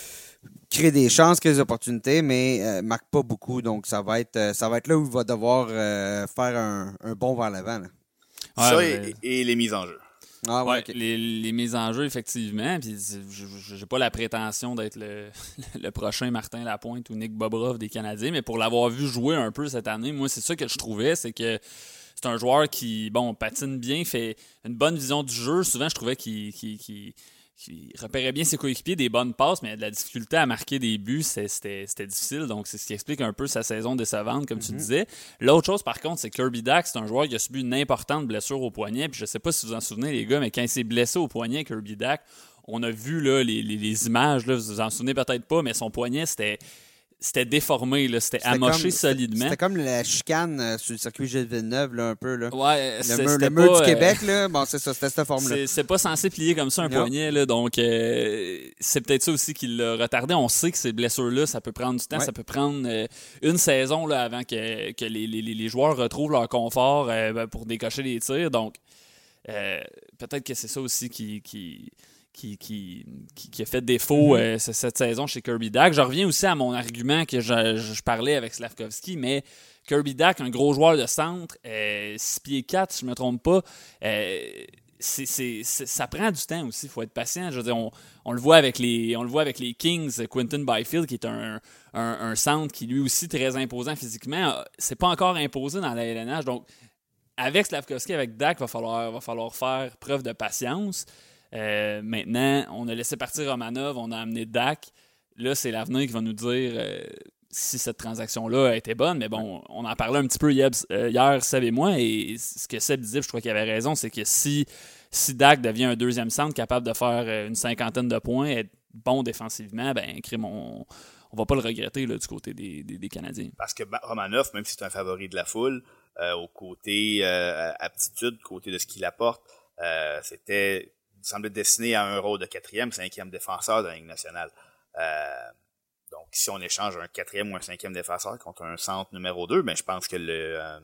crée des chances, crée des opportunités, mais euh, marque pas beaucoup. Donc, ça va être, ça va être là où il va devoir euh, faire un, un bond vers l'avant. Là. Ouais, ça mais... et, et les mises en jeu. Ah, ouais, ouais okay. les, les mises en jeu, effectivement. Puis, j'ai pas la prétention d'être le, le prochain Martin Lapointe ou Nick Bobrov des Canadiens, mais pour l'avoir vu jouer un peu cette année, moi, c'est ça que je trouvais, c'est que c'est un joueur qui, bon, patine bien, fait une bonne vision du jeu. Souvent, je trouvais qu'il... qu'il, qu'il qui repérait bien ses coéquipiers, des bonnes passes, mais il y a de la difficulté à marquer des buts, c'était, c'était difficile. Donc, c'est ce qui explique un peu sa saison décevante, comme mm-hmm. tu disais. L'autre chose, par contre, c'est Kirby Dach, c'est un joueur qui a subi une importante blessure au poignet. Puis je sais pas si vous en souvenez, les gars, mais quand il s'est blessé au poignet, Kirby Dach, on a vu là, les, les, les images, là, vous vous en souvenez peut-être pas, mais son poignet, c'était... C'était déformé, là. C'était, c'était amoché comme, solidement. C'était comme la chicane euh, sur le circuit Gilles Villeneuve, là, un peu. Là. Ouais, le mur, le mur pas, du Québec, euh, là, bon, c'est ça, c'était cette forme-là. C'est, c'est pas censé plier comme ça un non. poignet, là, donc euh, c'est peut-être ça aussi qui l'a retardé. On sait que ces blessures-là, ça peut prendre du temps, ouais. ça peut prendre euh, une saison là, avant que, que les, les, les joueurs retrouvent leur confort euh, pour décocher les tirs. Donc, euh, peut-être que c'est ça aussi qui... qui Qui, qui, qui, qui a fait défaut mm-hmm. euh, cette saison chez Kirby Dach. Je reviens aussi à mon argument que je, je parlais avec Slavkovski, mais Kirby Dach, un gros joueur de centre, euh, six pieds quatre, si je ne me trompe pas, euh, c'est, c'est, c'est, ça prend du temps aussi, il faut être patient. Je veux dire, on, on, le voit avec les, on le voit avec les Kings, Quinton Byfield, qui est un, un, un centre qui lui aussi très imposant physiquement. C'est pas encore imposé dans la L N H, donc avec Slavkovski, avec Dach, il va falloir, va falloir faire preuve de patience. Euh, maintenant, on a laissé partir Romanov, on a amené Dach. Là, c'est l'avenir qui va nous dire euh, si cette transaction-là a été bonne. Mais bon, on en parlait un petit peu hier, hier Seb et moi, et ce que Seb disait, je crois qu'il avait raison, c'est que si, si Dach devient un deuxième centre capable de faire une cinquantaine de points, être bon défensivement, ben, crime, on on va pas le regretter là, du côté des, des, des Canadiens. Parce que Romanov, même si c'est un favori de la foule, euh, au côté euh, aptitude, côté de ce qu'il apporte, euh, c'était... semble destiné à un rôle de quatrième, cinquième défenseur de la Ligue nationale. Euh, donc, si on échange un quatrième ou un cinquième défenseur contre un centre numéro deux, ben, je pense que le, euh,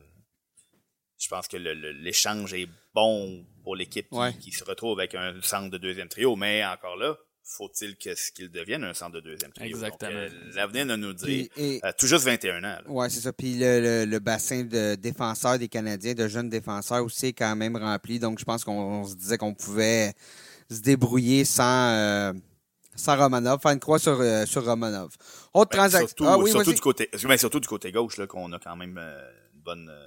je pense que le, le, l'échange est bon pour l'équipe qui, ouais. qui se retrouve avec un centre de deuxième trio. Mais encore là, faut-il que, qu'il devienne un centre de deuxième trio. Exactement. Donc, euh, l'avenir de nous dire, Puis, et, euh, tout juste vingt et un ans. Oui, c'est ça. Puis le, le, le bassin de défenseurs des Canadiens, de jeunes défenseurs aussi, est quand même rempli. Donc, je pense qu'on on se disait qu'on pouvait se débrouiller sans, euh, sans Romanov, faire une croix sur, euh, sur Romanov. Autre ben, transaction. Surtout, ah, oui, surtout, du côté, ben, surtout du côté gauche, là, qu'on a quand même euh, une bonne... Euh,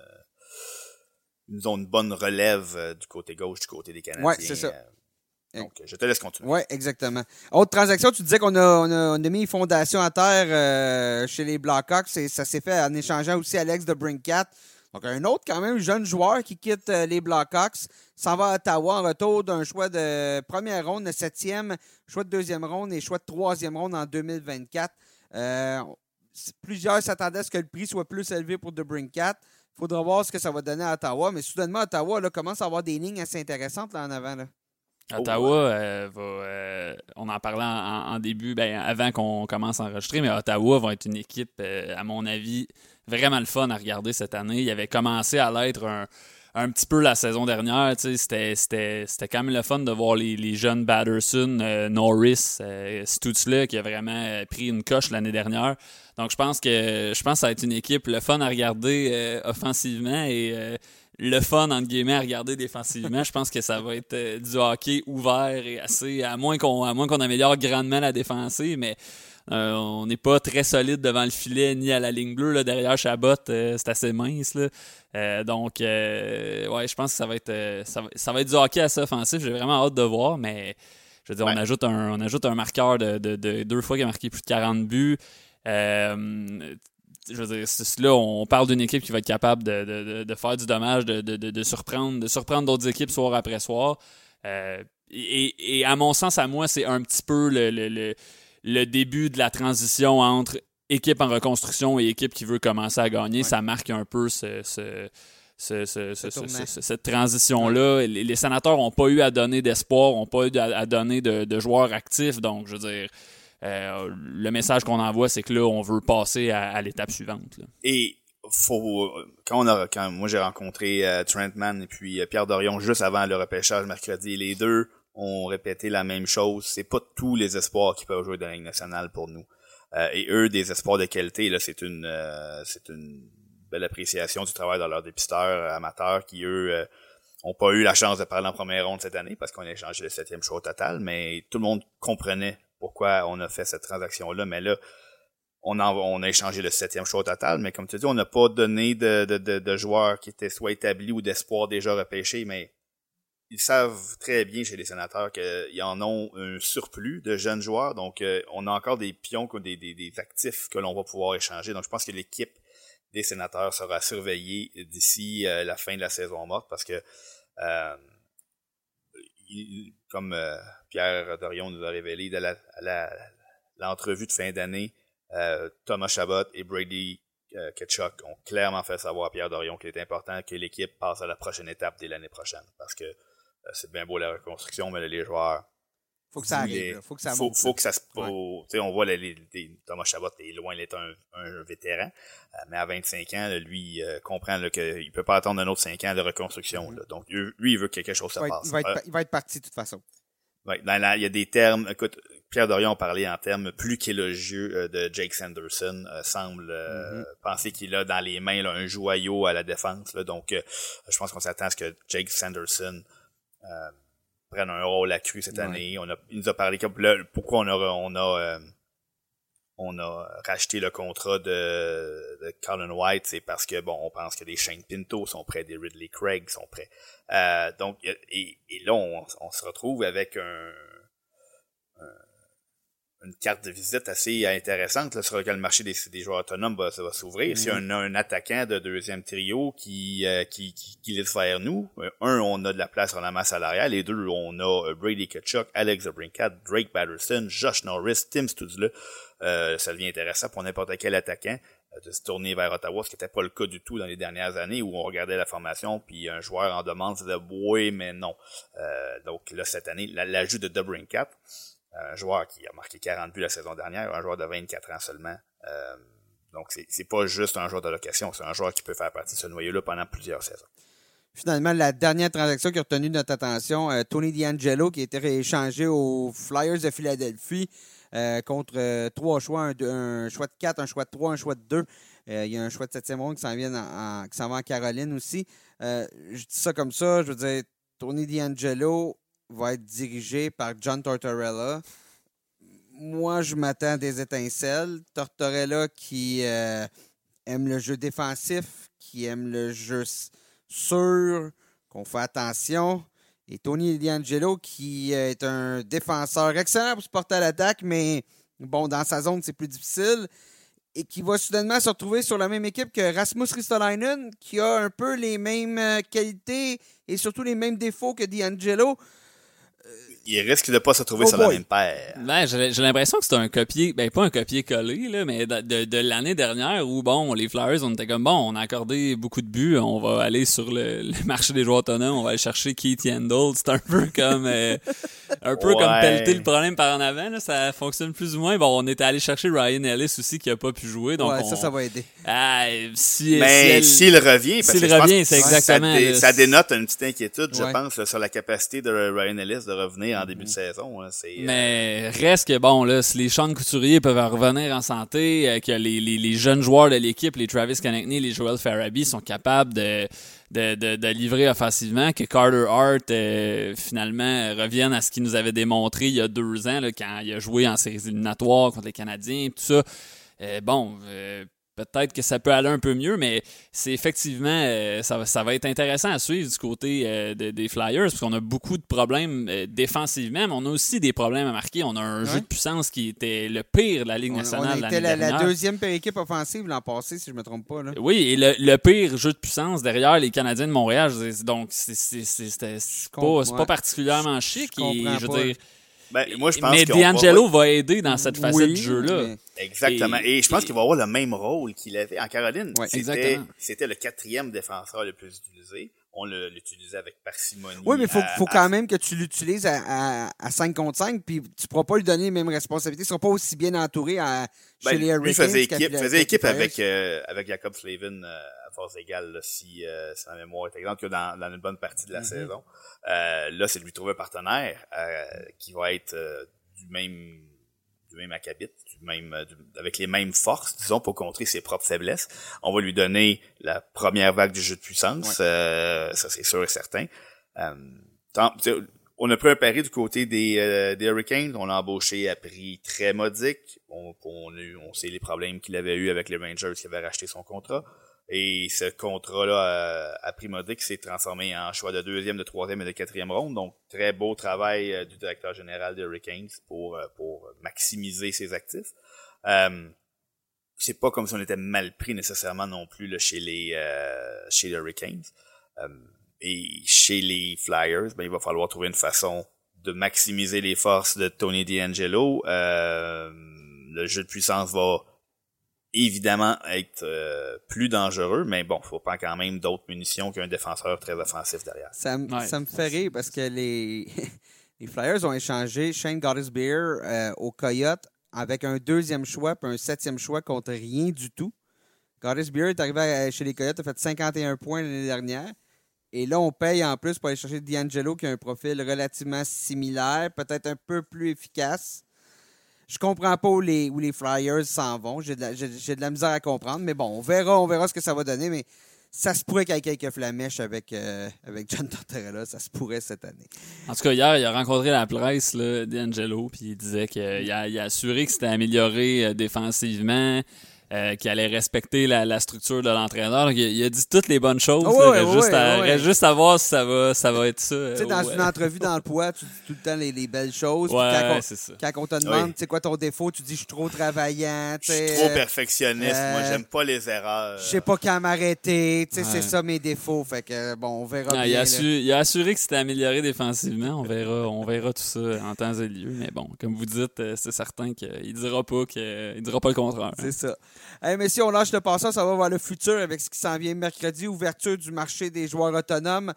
nous avons une bonne relève euh, du côté gauche, du côté des Canadiens. Oui, c'est ça. Euh, Donc, je te laisse continuer. Oui, exactement. Autre transaction, tu disais qu'on a, on a, on a mis une fondation à terre euh, chez les Blackhawks. Et ça s'est fait en échangeant aussi Alex DeBrincat. Donc, un autre, quand même, jeune joueur qui quitte euh, les Blackhawks, s'en va à Ottawa en retour d'un choix de première ronde, de septième, choix de deuxième ronde et choix de troisième ronde en deux mille vingt-quatre. Euh, plusieurs s'attendaient à ce que le prix soit plus élevé pour DeBrincat. Il faudra voir ce que ça va donner à Ottawa. Mais soudainement, Ottawa là, commence à avoir des lignes assez intéressantes là, en avant. Là. Ottawa, euh, va, euh, on en parlait en, en début, ben, avant qu'on commence à enregistrer, mais Ottawa va être une équipe, euh, à mon avis, vraiment le fun à regarder cette année. Il avait commencé à l'être un, un petit peu la saison dernière. C'était, c'était, c'était quand même le fun de voir les, les jeunes Batterson, euh, Norris, euh, Stutzle qui a vraiment pris une coche l'année dernière. Donc je pense que je pense que ça va être une équipe le fun à regarder euh, offensivement et euh, le fun entre guillemets à regarder défensivement. Je pense que ça va être euh, du hockey ouvert et assez, à moins qu'on à moins qu'on améliore grandement la défensive, mais Euh, on n'est pas très solide devant le filet ni à la ligne bleue. Là, derrière Chabot, euh, c'est assez mince. Là. Euh, donc, euh, ouais, je pense que ça va être euh, ça va, ça va être du hockey assez offensif. J'ai vraiment hâte de voir, mais je veux dire, ouais. on ajoute un on ajoute un marqueur de, de, de deux fois qui a marqué plus de quarante buts. Euh, je veux dire, là, on parle d'une équipe qui va être capable de, de, de faire du dommage, de, de, de, de surprendre, de surprendre d'autres équipes soir après soir. Euh, et, et à mon sens, à moi, c'est un petit peu le, le, le le début de la transition entre équipe en reconstruction et équipe qui veut commencer à gagner. Ouais. Ça marque un peu ce, ce, ce, ce, ce, ce, ce, cette transition-là. Ouais. Les, les sénateurs n'ont pas eu à donner d'espoir, n'ont pas eu à, à donner de, de joueurs actifs. Donc, je veux dire, euh, le message qu'on envoie, c'est que là, on veut passer à, à l'étape suivante. Là. Et faut quand on a quand moi j'ai rencontré euh, Trent Mann et puis euh, Pierre Dorion juste avant le repêchage mercredi, les deux ont répété la même chose. C'est pas tous les espoirs qui peuvent jouer dans la Ligue nationale pour nous. Euh, et eux, des espoirs de qualité, là, c'est une euh, c'est une belle appréciation du travail dans leurs dépisteurs amateurs qui, eux, euh, ont pas eu la chance de parler en première ronde cette année parce qu'on a échangé le septième choix au total, mais tout le monde comprenait pourquoi on a fait cette transaction-là. Mais là, on a, on a échangé le septième choix au total, mais comme tu dis, on n'a pas donné de, de, de, de joueurs qui étaient soit établis ou d'espoirs déjà repêchés, mais ils savent très bien chez les sénateurs qu'ils en ont un surplus de jeunes joueurs. Donc, euh, on a encore des pions, des, des, des actifs que l'on va pouvoir échanger. Donc, je pense que l'équipe des sénateurs sera surveillée d'ici euh, la fin de la saison morte parce que, euh, il, comme euh, Pierre Dorion nous a révélé de la, la, l'entrevue de fin d'année, euh, Thomas Chabot et Brady euh, Tkachuk ont clairement fait savoir à Pierre Dorion qu'il est important que l'équipe passe à la prochaine étape dès l'année prochaine parce que c'est bien beau la reconstruction, mais là, les joueurs... Faut que ça arrive, les, faut que ça faut, monte. Faut que ça se... Ouais. Tu sais, on voit les, les, les, Thomas Chabot est loin d'être un, un vétéran, euh, mais à vingt-cinq ans, là, lui, euh, comprend là, qu'il peut pas attendre un autre cinq ans de reconstruction. Mm-hmm. Là. Donc, lui, il veut que quelque chose se passe. Il va, être, il va être parti de toute façon. Ouais, dans la, il y a des termes... Écoute, Pierre Dorion parlait en termes plus qu'élogieux euh, de Jake Sanderson. Euh, semble euh, mm-hmm. penser qu'il a dans les mains là, un joyau à la défense. Là, donc, euh, je pense qu'on s'attend à ce que Jake Sanderson... Euh, prennent un rôle accru cette ouais. année. On a, il nous a parlé comme là, pourquoi on a on a euh, on a racheté le contrat de, de Colin White, c'est parce que bon, on pense que des Shane Pinto sont prêts, des Ridley Craig sont prêts. Euh, donc et, et là on, on se retrouve avec un, un une carte de visite assez intéressante là, sur lequel le marché des, des joueurs autonomes va, ça va s'ouvrir. Mm-hmm. Si on a un attaquant de deuxième trio qui, euh, qui, qui, qui laisse vers nous, un, on a de la place sur la masse salariale, et deux, on a Brady Tkachuk, Alex DeBrincat, Drake Batterson, Josh Norris, Tim Stutzle. Euh, ça devient intéressant pour n'importe quel attaquant euh, de se tourner vers Ottawa, ce qui n'était pas le cas du tout dans les dernières années où on regardait la formation, puis un joueur en demande disait « oui, mais non euh, ». Donc là, cette année, l'ajout de DeBrincat, un joueur qui a marqué quarante buts la saison dernière, un joueur de vingt-quatre ans seulement. Euh, donc, c'est, c'est pas juste un joueur de location, c'est un joueur qui peut faire partie de ce noyau-là pendant plusieurs saisons. Finalement, la dernière transaction qui a retenu notre attention, euh, Tony DeAngelo, qui a été rééchangé aux Flyers de Philadelphie euh, contre euh, trois choix, un, un choix de quatre, un choix de trois, un choix de deux. Euh, il y a un choix de septième ronde qui s'en vient en, en, qui s'en va en Caroline aussi. Euh, je dis ça comme ça, je veux dire, Tony DeAngelo va être dirigé par John Tortorella. Moi, je m'attends à des étincelles. Tortorella qui euh, aime le jeu défensif, qui aime le jeu sûr, qu'on fait attention. Et Tony DeAngelo qui est un défenseur excellent pour se porter à l'attaque, mais bon, dans sa zone, c'est plus difficile. Et qui va soudainement se retrouver sur la même équipe que Rasmus Ristolainen, qui a un peu les mêmes qualités et surtout les mêmes défauts que DeAngelo. Il risque de ne pas se retrouver oh sur boy. la même paire. Ben, j'ai, j'ai l'impression que c'est un copier, ben pas un copier-coller, là, mais de, de, de l'année dernière où, bon, les Flyers, on était comme, bon, on a accordé beaucoup de buts, on va aller sur le, le marché des joueurs autonomes, on va aller chercher Keith Yandel. C'est un peu comme euh, un peu Ouais. comme pelleter le problème par en avant, là, ça fonctionne plus ou moins. Bon, on était allé chercher Ryan Ellis aussi qui a pas pu jouer. Donc ouais, on... ça, ça va aider. Ah, si, Mais si elle- s'il revient, parce s'il que je pense revient, que c'est ça exactement, dé- là, ça, c'est- dénote une petite inquiétude, je Ouais. pense, là, sur la capacité de Ryan Ellis de revenir en début de saison. Là. C'est, euh, Mais reste que, bon, là, si les Sean Couturier peuvent revenir en santé, euh, que les, les, les jeunes joueurs de l'équipe, les Travis Konechny, les Joel Farabee sont capables de, de, de, de livrer offensivement, que Carter Hart, euh, finalement, revienne à ce qu'il nous avait démontré il y a deux ans, là, quand il a joué en séries éliminatoires contre les Canadiens, tout ça. Euh, bon, euh, peut-être que ça peut aller un peu mieux, mais c'est effectivement, euh, ça, va, ça va être intéressant à suivre du côté euh, de, des Flyers, parce qu'on a beaucoup de problèmes euh, défensivement, mais on a aussi des problèmes à marquer. On a un Ouais. jeu de puissance qui était le pire de la Ligue On, on nationale a l'année été la, la dernière. deuxième pire équipe offensive l'an passé, si je me trompe pas. Là. Oui, et le, le pire jeu de puissance derrière les Canadiens de Montréal, je veux dire, donc c'est, c'est, c'est, c'est, c'est comprends, pas, c'est pas ouais. particulièrement chic. Je comprends Et, je veux pas. dire, ben, moi, je pense mais qu'on va- D'Angelo va aider dans cette facette Oui, du jeu-là. mais- Exactement. Et, Et- je pense et- qu'il va avoir le même rôle qu'il avait en Caroline. Ouais, c'était, exactement. c'était le quatrième défenseur le plus utilisé. On le- l'utilisait avec parcimonie. Oui, mais il faut, à- faut à- quand même que tu l'utilises à, à, à cinq contre cinq, puis tu ne pourras pas lui donner les mêmes responsabilités. Il ne sera pas aussi bien entouré à, Ben, chez les lui Hurricanes. faisait qu'à- équipe, qu'à- faisait qu'à équipe les Flyers. avec, euh, avec Jacob Slavin euh, à force égale, là, si, euh, si ma mémoire est exacte, que dans, dans une bonne partie de la Mhm. saison. Euh, là, c'est de lui trouver un partenaire euh, qui va être euh, du même du même acabit, du même, euh, du- avec les mêmes forces, disons, pour contrer ses propres faiblesses. On va lui donner la première vague du jeu de puissance, euh, ça c'est sûr et certain. Euh, tant- t'sais, on a pris un pari du côté des, euh, des Hurricanes, on l'a embauché à prix très modique. On, on, a eu- on sait les problèmes qu'il avait eu avec les Rangers qui avaient racheté son contrat. Et ce contrat-là, euh, à prix modique, s'est transformé en choix de deuxième, de troisième et de quatrième ronde. Donc, très beau travail euh, du directeur général des Hurricanes pour, euh, pour maximiser ses actifs. Euh, c'est pas comme si on était mal pris nécessairement non plus là, chez les euh, chez les Hurricanes. Euh, et chez les Flyers, ben, il va falloir trouver une façon de maximiser les forces de Tony DeAngelo. Euh, le jeu de puissance va évidemment être euh, plus dangereux, mais bon, faut pas quand même d'autres munitions qu'un défenseur très offensif derrière. Ça, m- Ouais. ça me fait rire parce que les, les Flyers ont échangé Shane Gottisbehere euh, au Coyote avec un deuxième choix puis un septième choix contre rien du tout. Gottisbehere est arrivé à- chez les Coyotes, a fait cinquante et un points l'année dernière. Et là, on paye en plus pour aller chercher D'Angelo qui a un profil relativement similaire, peut-être un peu plus efficace. Je comprends pas où les, où les Flyers s'en vont. J'ai de, la, j'ai, j'ai de la misère à comprendre. Mais bon, on verra, on verra ce que ça va donner. Mais ça se pourrait qu'il y ait quelques flamèches avec, euh, avec John Tortorella. Ça se pourrait cette année. En tout cas, hier, il a rencontré la presse, là, D'Angelo, puis il disait qu'il a, il a assuré que c'était amélioré euh, défensivement, euh, qu'il allait respecter la, la structure de l'entraîneur. Il, a- il a dit toutes les bonnes choses. Ah là. ouais, reste, ouais, juste à, ouais. reste juste à voir si ça va, ça va être ça. Tu sais, dans ouais. une entrevue dans le poids, tu dis tout le temps les, les belles choses. Puis Ouais, quand, on, c'est ça. quand on te demande, Oui. tu sais quoi ton défaut, tu dis je suis trop travaillant. Je tu suis sais, trop euh, perfectionniste, euh, moi j'aime pas les erreurs. Je sais pas quand m'arrêter. Tu sais, Ouais. c'est ça mes défauts. Fait que bon, on verra Ah, bien. il, a là. assu- il a assuré que c'était amélioré défensivement. On verra, on verra tout ça en temps et lieu. Mais bon, comme vous dites, euh, c'est certain qu'il dira pas que, il dira pas le contraire. C'est ça. Hey, messieurs, on lâche le passage, ça va vers le futur avec ce qui s'en vient mercredi, ouverture du marché des joueurs autonomes.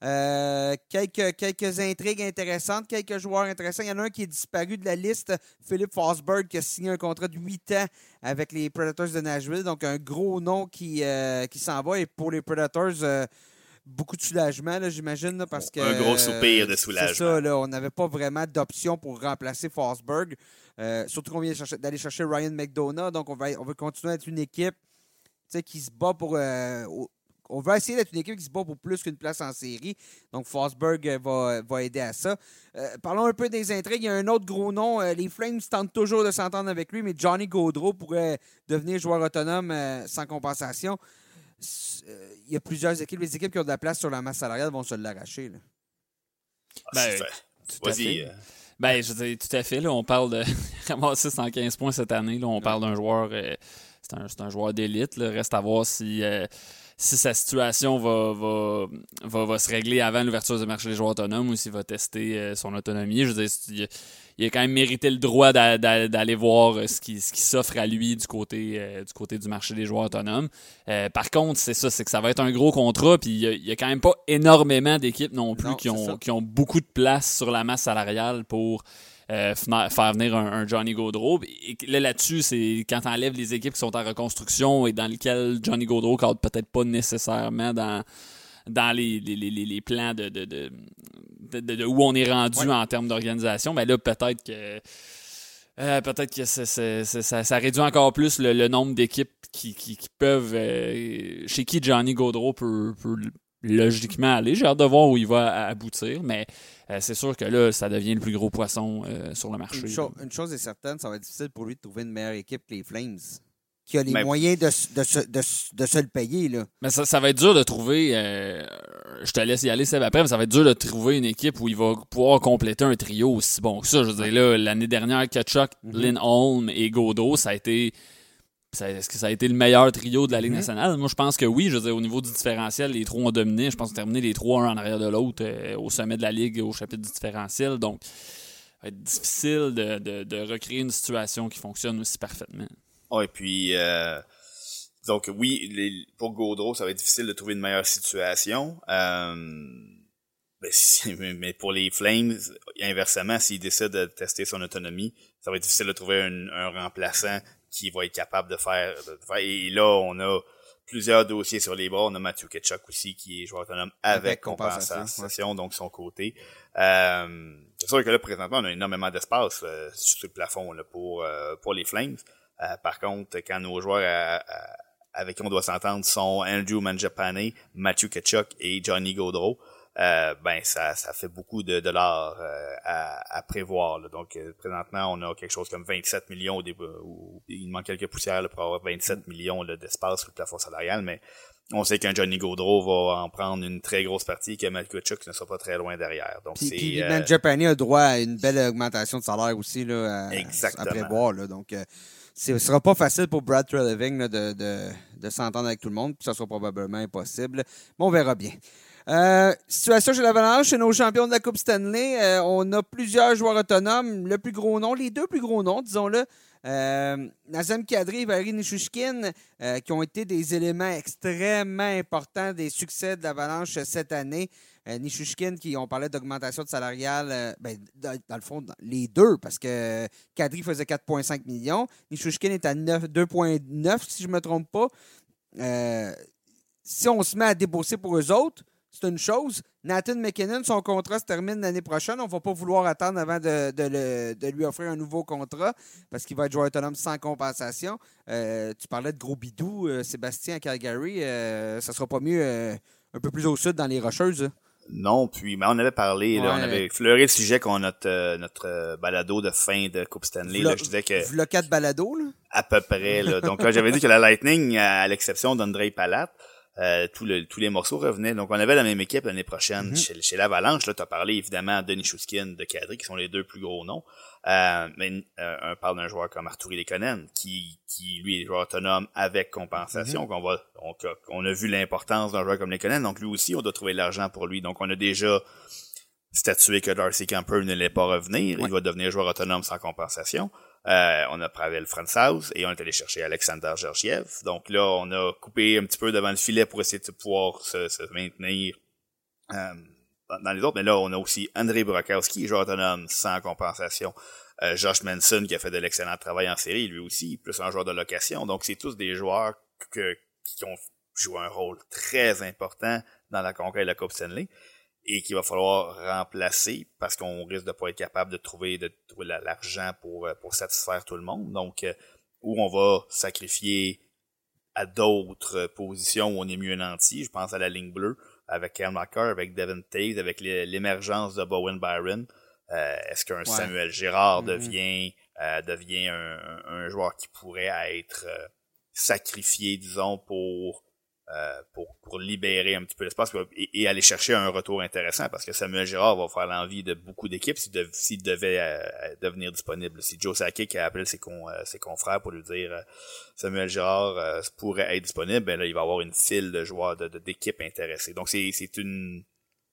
Euh, quelques, quelques intrigues intéressantes, quelques joueurs intéressants. Il y en a un qui est disparu de la liste, Philippe Forsberg, qui a signé un contrat de huit ans avec les Predators de Nashville. Donc, un gros nom qui, euh, qui s'en va. Et pour les Predators, euh, beaucoup de soulagement, là, j'imagine, là, parce que... Un gros soupir de euh, soulagement. C'est ça, là, on n'avait pas vraiment d'option pour remplacer Forsberg. Euh, surtout qu'on vient chercher- d'aller chercher Ryan McDonough. Donc, on va, on va continuer à être une équipe tu sais, qui se bat pour... euh, au- on va essayer d'être une équipe qui se bat pour plus qu'une place en série. Donc, Forsberg euh, va, va aider à ça. Euh, parlons un peu des intrigues. Il y a un autre gros nom. Euh, les Flames tentent toujours de s'entendre avec lui, mais Johnny Gaudreau pourrait devenir joueur autonome euh, sans compensation. S- euh, Il y a plusieurs équipes. Les équipes qui ont de la place sur la masse salariale vont se l'arracher. Là. Ah, Ben, c'est fait. tout à Vas-y. fait. euh, Ben, je veux dire, tout à fait. Là, on parle de ramasser cent quinze points cette année. Là, on parle d'un joueur... euh, c'est un, c'est un joueur d'élite. Là. Reste à voir si... euh, si sa situation va, va, va, va se régler avant l'ouverture du marché des joueurs autonomes ou s'il va tester euh, son autonomie. Je veux dire, il, il a quand même mérité le droit d'a, d'a, d'aller voir ce qui, ce qui s'offre à lui du côté, euh, du côté du marché des joueurs autonomes. Euh, par contre, c'est ça, c'est que ça va être un gros contrat, puis il n'y a, a quand même pas énormément d'équipes non plus non, qui, ont, qui ont beaucoup de place sur la masse salariale pour Euh, faire venir un, un Johnny Gaudreau. Et là, là-dessus, c'est quand tu enlèves les équipes qui sont en reconstruction et dans lesquelles Johnny Gaudreau cadre peut-être pas nécessairement dans, dans les, les, les, les plans de, de, de, de, de, de où on est rendu ouais. en termes d'organisation, ben là, peut-être que euh, peut-être que c'est, c'est, c'est, ça, ça réduit encore plus le, le nombre d'équipes qui, qui, qui peuvent euh, chez qui Johnny Gaudreau peut, peut logiquement aller. J'ai hâte de voir où il va aboutir, mais euh, c'est sûr que là, ça devient le plus gros poisson euh, sur le marché. Une, cho- une chose est certaine, ça va être difficile pour lui de trouver une meilleure équipe que les Flames, qui a les mais... moyens de, de, de, de, de se le payer. Là. Mais ça, ça va être dur de trouver, euh, je te laisse y aller, Seb, après, mais ça va être dur de trouver une équipe où il va pouvoir compléter un trio aussi bon que ça. Je veux dire, là, l'année dernière, Tkachuk, mm-hmm. Lindholm et Gaudreau, ça a été... Ça, est-ce que ça a été le meilleur trio de la Ligue nationale? Mm-hmm. Moi, je pense que oui. Je veux dire, au niveau du différentiel, les trois ont dominé. Je pense qu'ils ont terminé les trois un en arrière de l'autre euh, au sommet de la Ligue, au chapitre du différentiel. Donc, ça va être difficile de, de, de recréer une situation qui fonctionne aussi parfaitement. Oui, puis, euh, donc oui, les, pour Gaudreau, ça va être difficile de trouver une meilleure situation. Euh, ben, si, mais pour les Flames, inversement, s'ils décident de tester son autonomie, ça va être difficile de trouver un, un remplaçant qui va être capable de faire, de faire. Et là, on a plusieurs dossiers sur les bras. On a Matthew Tkachuk aussi, qui est joueur autonome avec, avec compensation, compensation ouais. donc son côté. Euh, c'est sûr que là, présentement, on a énormément d'espace euh, sur le plafond là, pour euh, pour les Flames. Euh, par contre, quand nos joueurs à, à, avec qui on doit s'entendre sont Andrew Mangiapane, Matthew Tkachuk et Johnny Gaudreau, Euh, ben ça ça fait beaucoup de dollars euh, à, à prévoir là. Donc euh, présentement on a quelque chose comme vingt-sept millions au début, où il manque quelques poussières là, pour avoir vingt-sept millions là, d'espace sur le plafond salarial, mais on sait qu'un Johnny Gaudreau va en prendre une très grosse partie, que Matthew Tkachuk ne sera pas très loin derrière. Donc puis, c'est puis euh... Mangiapane a droit à une belle augmentation de salaire aussi là, à, à prévoir là. Donc euh, ce sera pas facile pour Brad Treliving là, de, de, de s'entendre avec tout le monde, puis ça sera probablement impossible. Mais on verra bien. Euh, situation chez l'Avalanche, chez nos champions de la Coupe Stanley, euh, on a plusieurs joueurs autonomes. Le plus gros nom, les deux plus gros noms, disons-le, euh, Nazem Kadri et Valeri Nichushkin, euh, qui ont été des éléments extrêmement importants des succès de l'Avalanche cette année. Euh, Nichushkin, qui on parlait d'augmentation de salariale, euh, ben, dans, dans le fond, dans les deux, parce que Kadri faisait quatre virgule cinq millions, Nichushkin est à deux virgule neuf, si je ne me trompe pas. Euh, si on se met à débourser pour eux autres, c'est une chose. Nathan McKinnon, son contrat se termine l'année prochaine. On ne va pas vouloir attendre avant de, de, le, de lui offrir un nouveau contrat parce qu'il va être joueur autonome sans compensation. Euh, tu parlais de gros bidou, euh, Sébastien à Calgary. Euh, ça ne sera pas mieux euh, un peu plus au sud dans les Rocheuses. Non, puis mais on avait parlé, ouais. là, on avait fleuré le sujet qu'on notre euh, notre euh, balado de fin de Coupe Stanley. V'là, là, je disais que v'là quatre balados, là. À peu près. Là. Donc là, j'avais dit que la Lightning, à l'exception d'Andrei Palat, Euh, tous, le, tous les morceaux revenaient. Donc, on avait la même équipe l'année prochaine mm-hmm. chez, chez l'Avalanche. Là, tu as parlé évidemment de Nichushkin, de Kadri, qui sont les deux plus gros noms. Euh, mais euh, on parle d'un joueur comme Artturi Lekonen, qui, qui lui est joueur autonome avec compensation. Mm-hmm. On, va, on, on a vu l'importance d'un joueur comme Lekonen. Donc, lui aussi, on doit trouver l'argent pour lui. Donc, on a déjà statué que Darcy Camper ne l'allait pas revenir. Ouais. Il va devenir joueur autonome sans compensation. Euh, on a Pavel Francouz et on est allé chercher Alexander Georgiev. Donc là, on a coupé un petit peu devant le filet pour essayer de pouvoir se, se maintenir euh, dans les autres. Mais là, on a aussi Andrei Burakovsky, joueur autonome sans compensation. Euh, Josh Manson qui a fait de l'excellent travail en série, lui aussi, plus un joueur de location. Donc c'est tous des joueurs que, qui ont joué un rôle très important dans la conquête de la Coupe Stanley. Et qu'il va falloir remplacer parce qu'on risque de pas être capable de trouver de trouver l'argent pour pour satisfaire tout le monde. Donc euh, où on va sacrifier à d'autres positions où on est mieux nanti. Je pense à la ligne bleue avec Cale Makar, avec Devin Toews, avec l'émergence de Bowen Byron. Euh, est-ce qu'un ouais. Samuel Girard mm-hmm. devient euh, devient un, un joueur qui pourrait être euh, sacrifié, disons, pour euh, pour, pour libérer un petit peu l'espace et, et aller chercher un retour intéressant parce que Samuel Girard va faire l'envie de beaucoup d'équipes s'il, de, s'il devait euh, devenir disponible. Si Joe Sakic appelle ses, con, euh, ses confrères pour lui dire euh, Samuel Girard euh, pourrait être disponible, ben là, il va avoir une file de joueurs de, de, d'équipes intéressées. Donc, c'est, c'est une,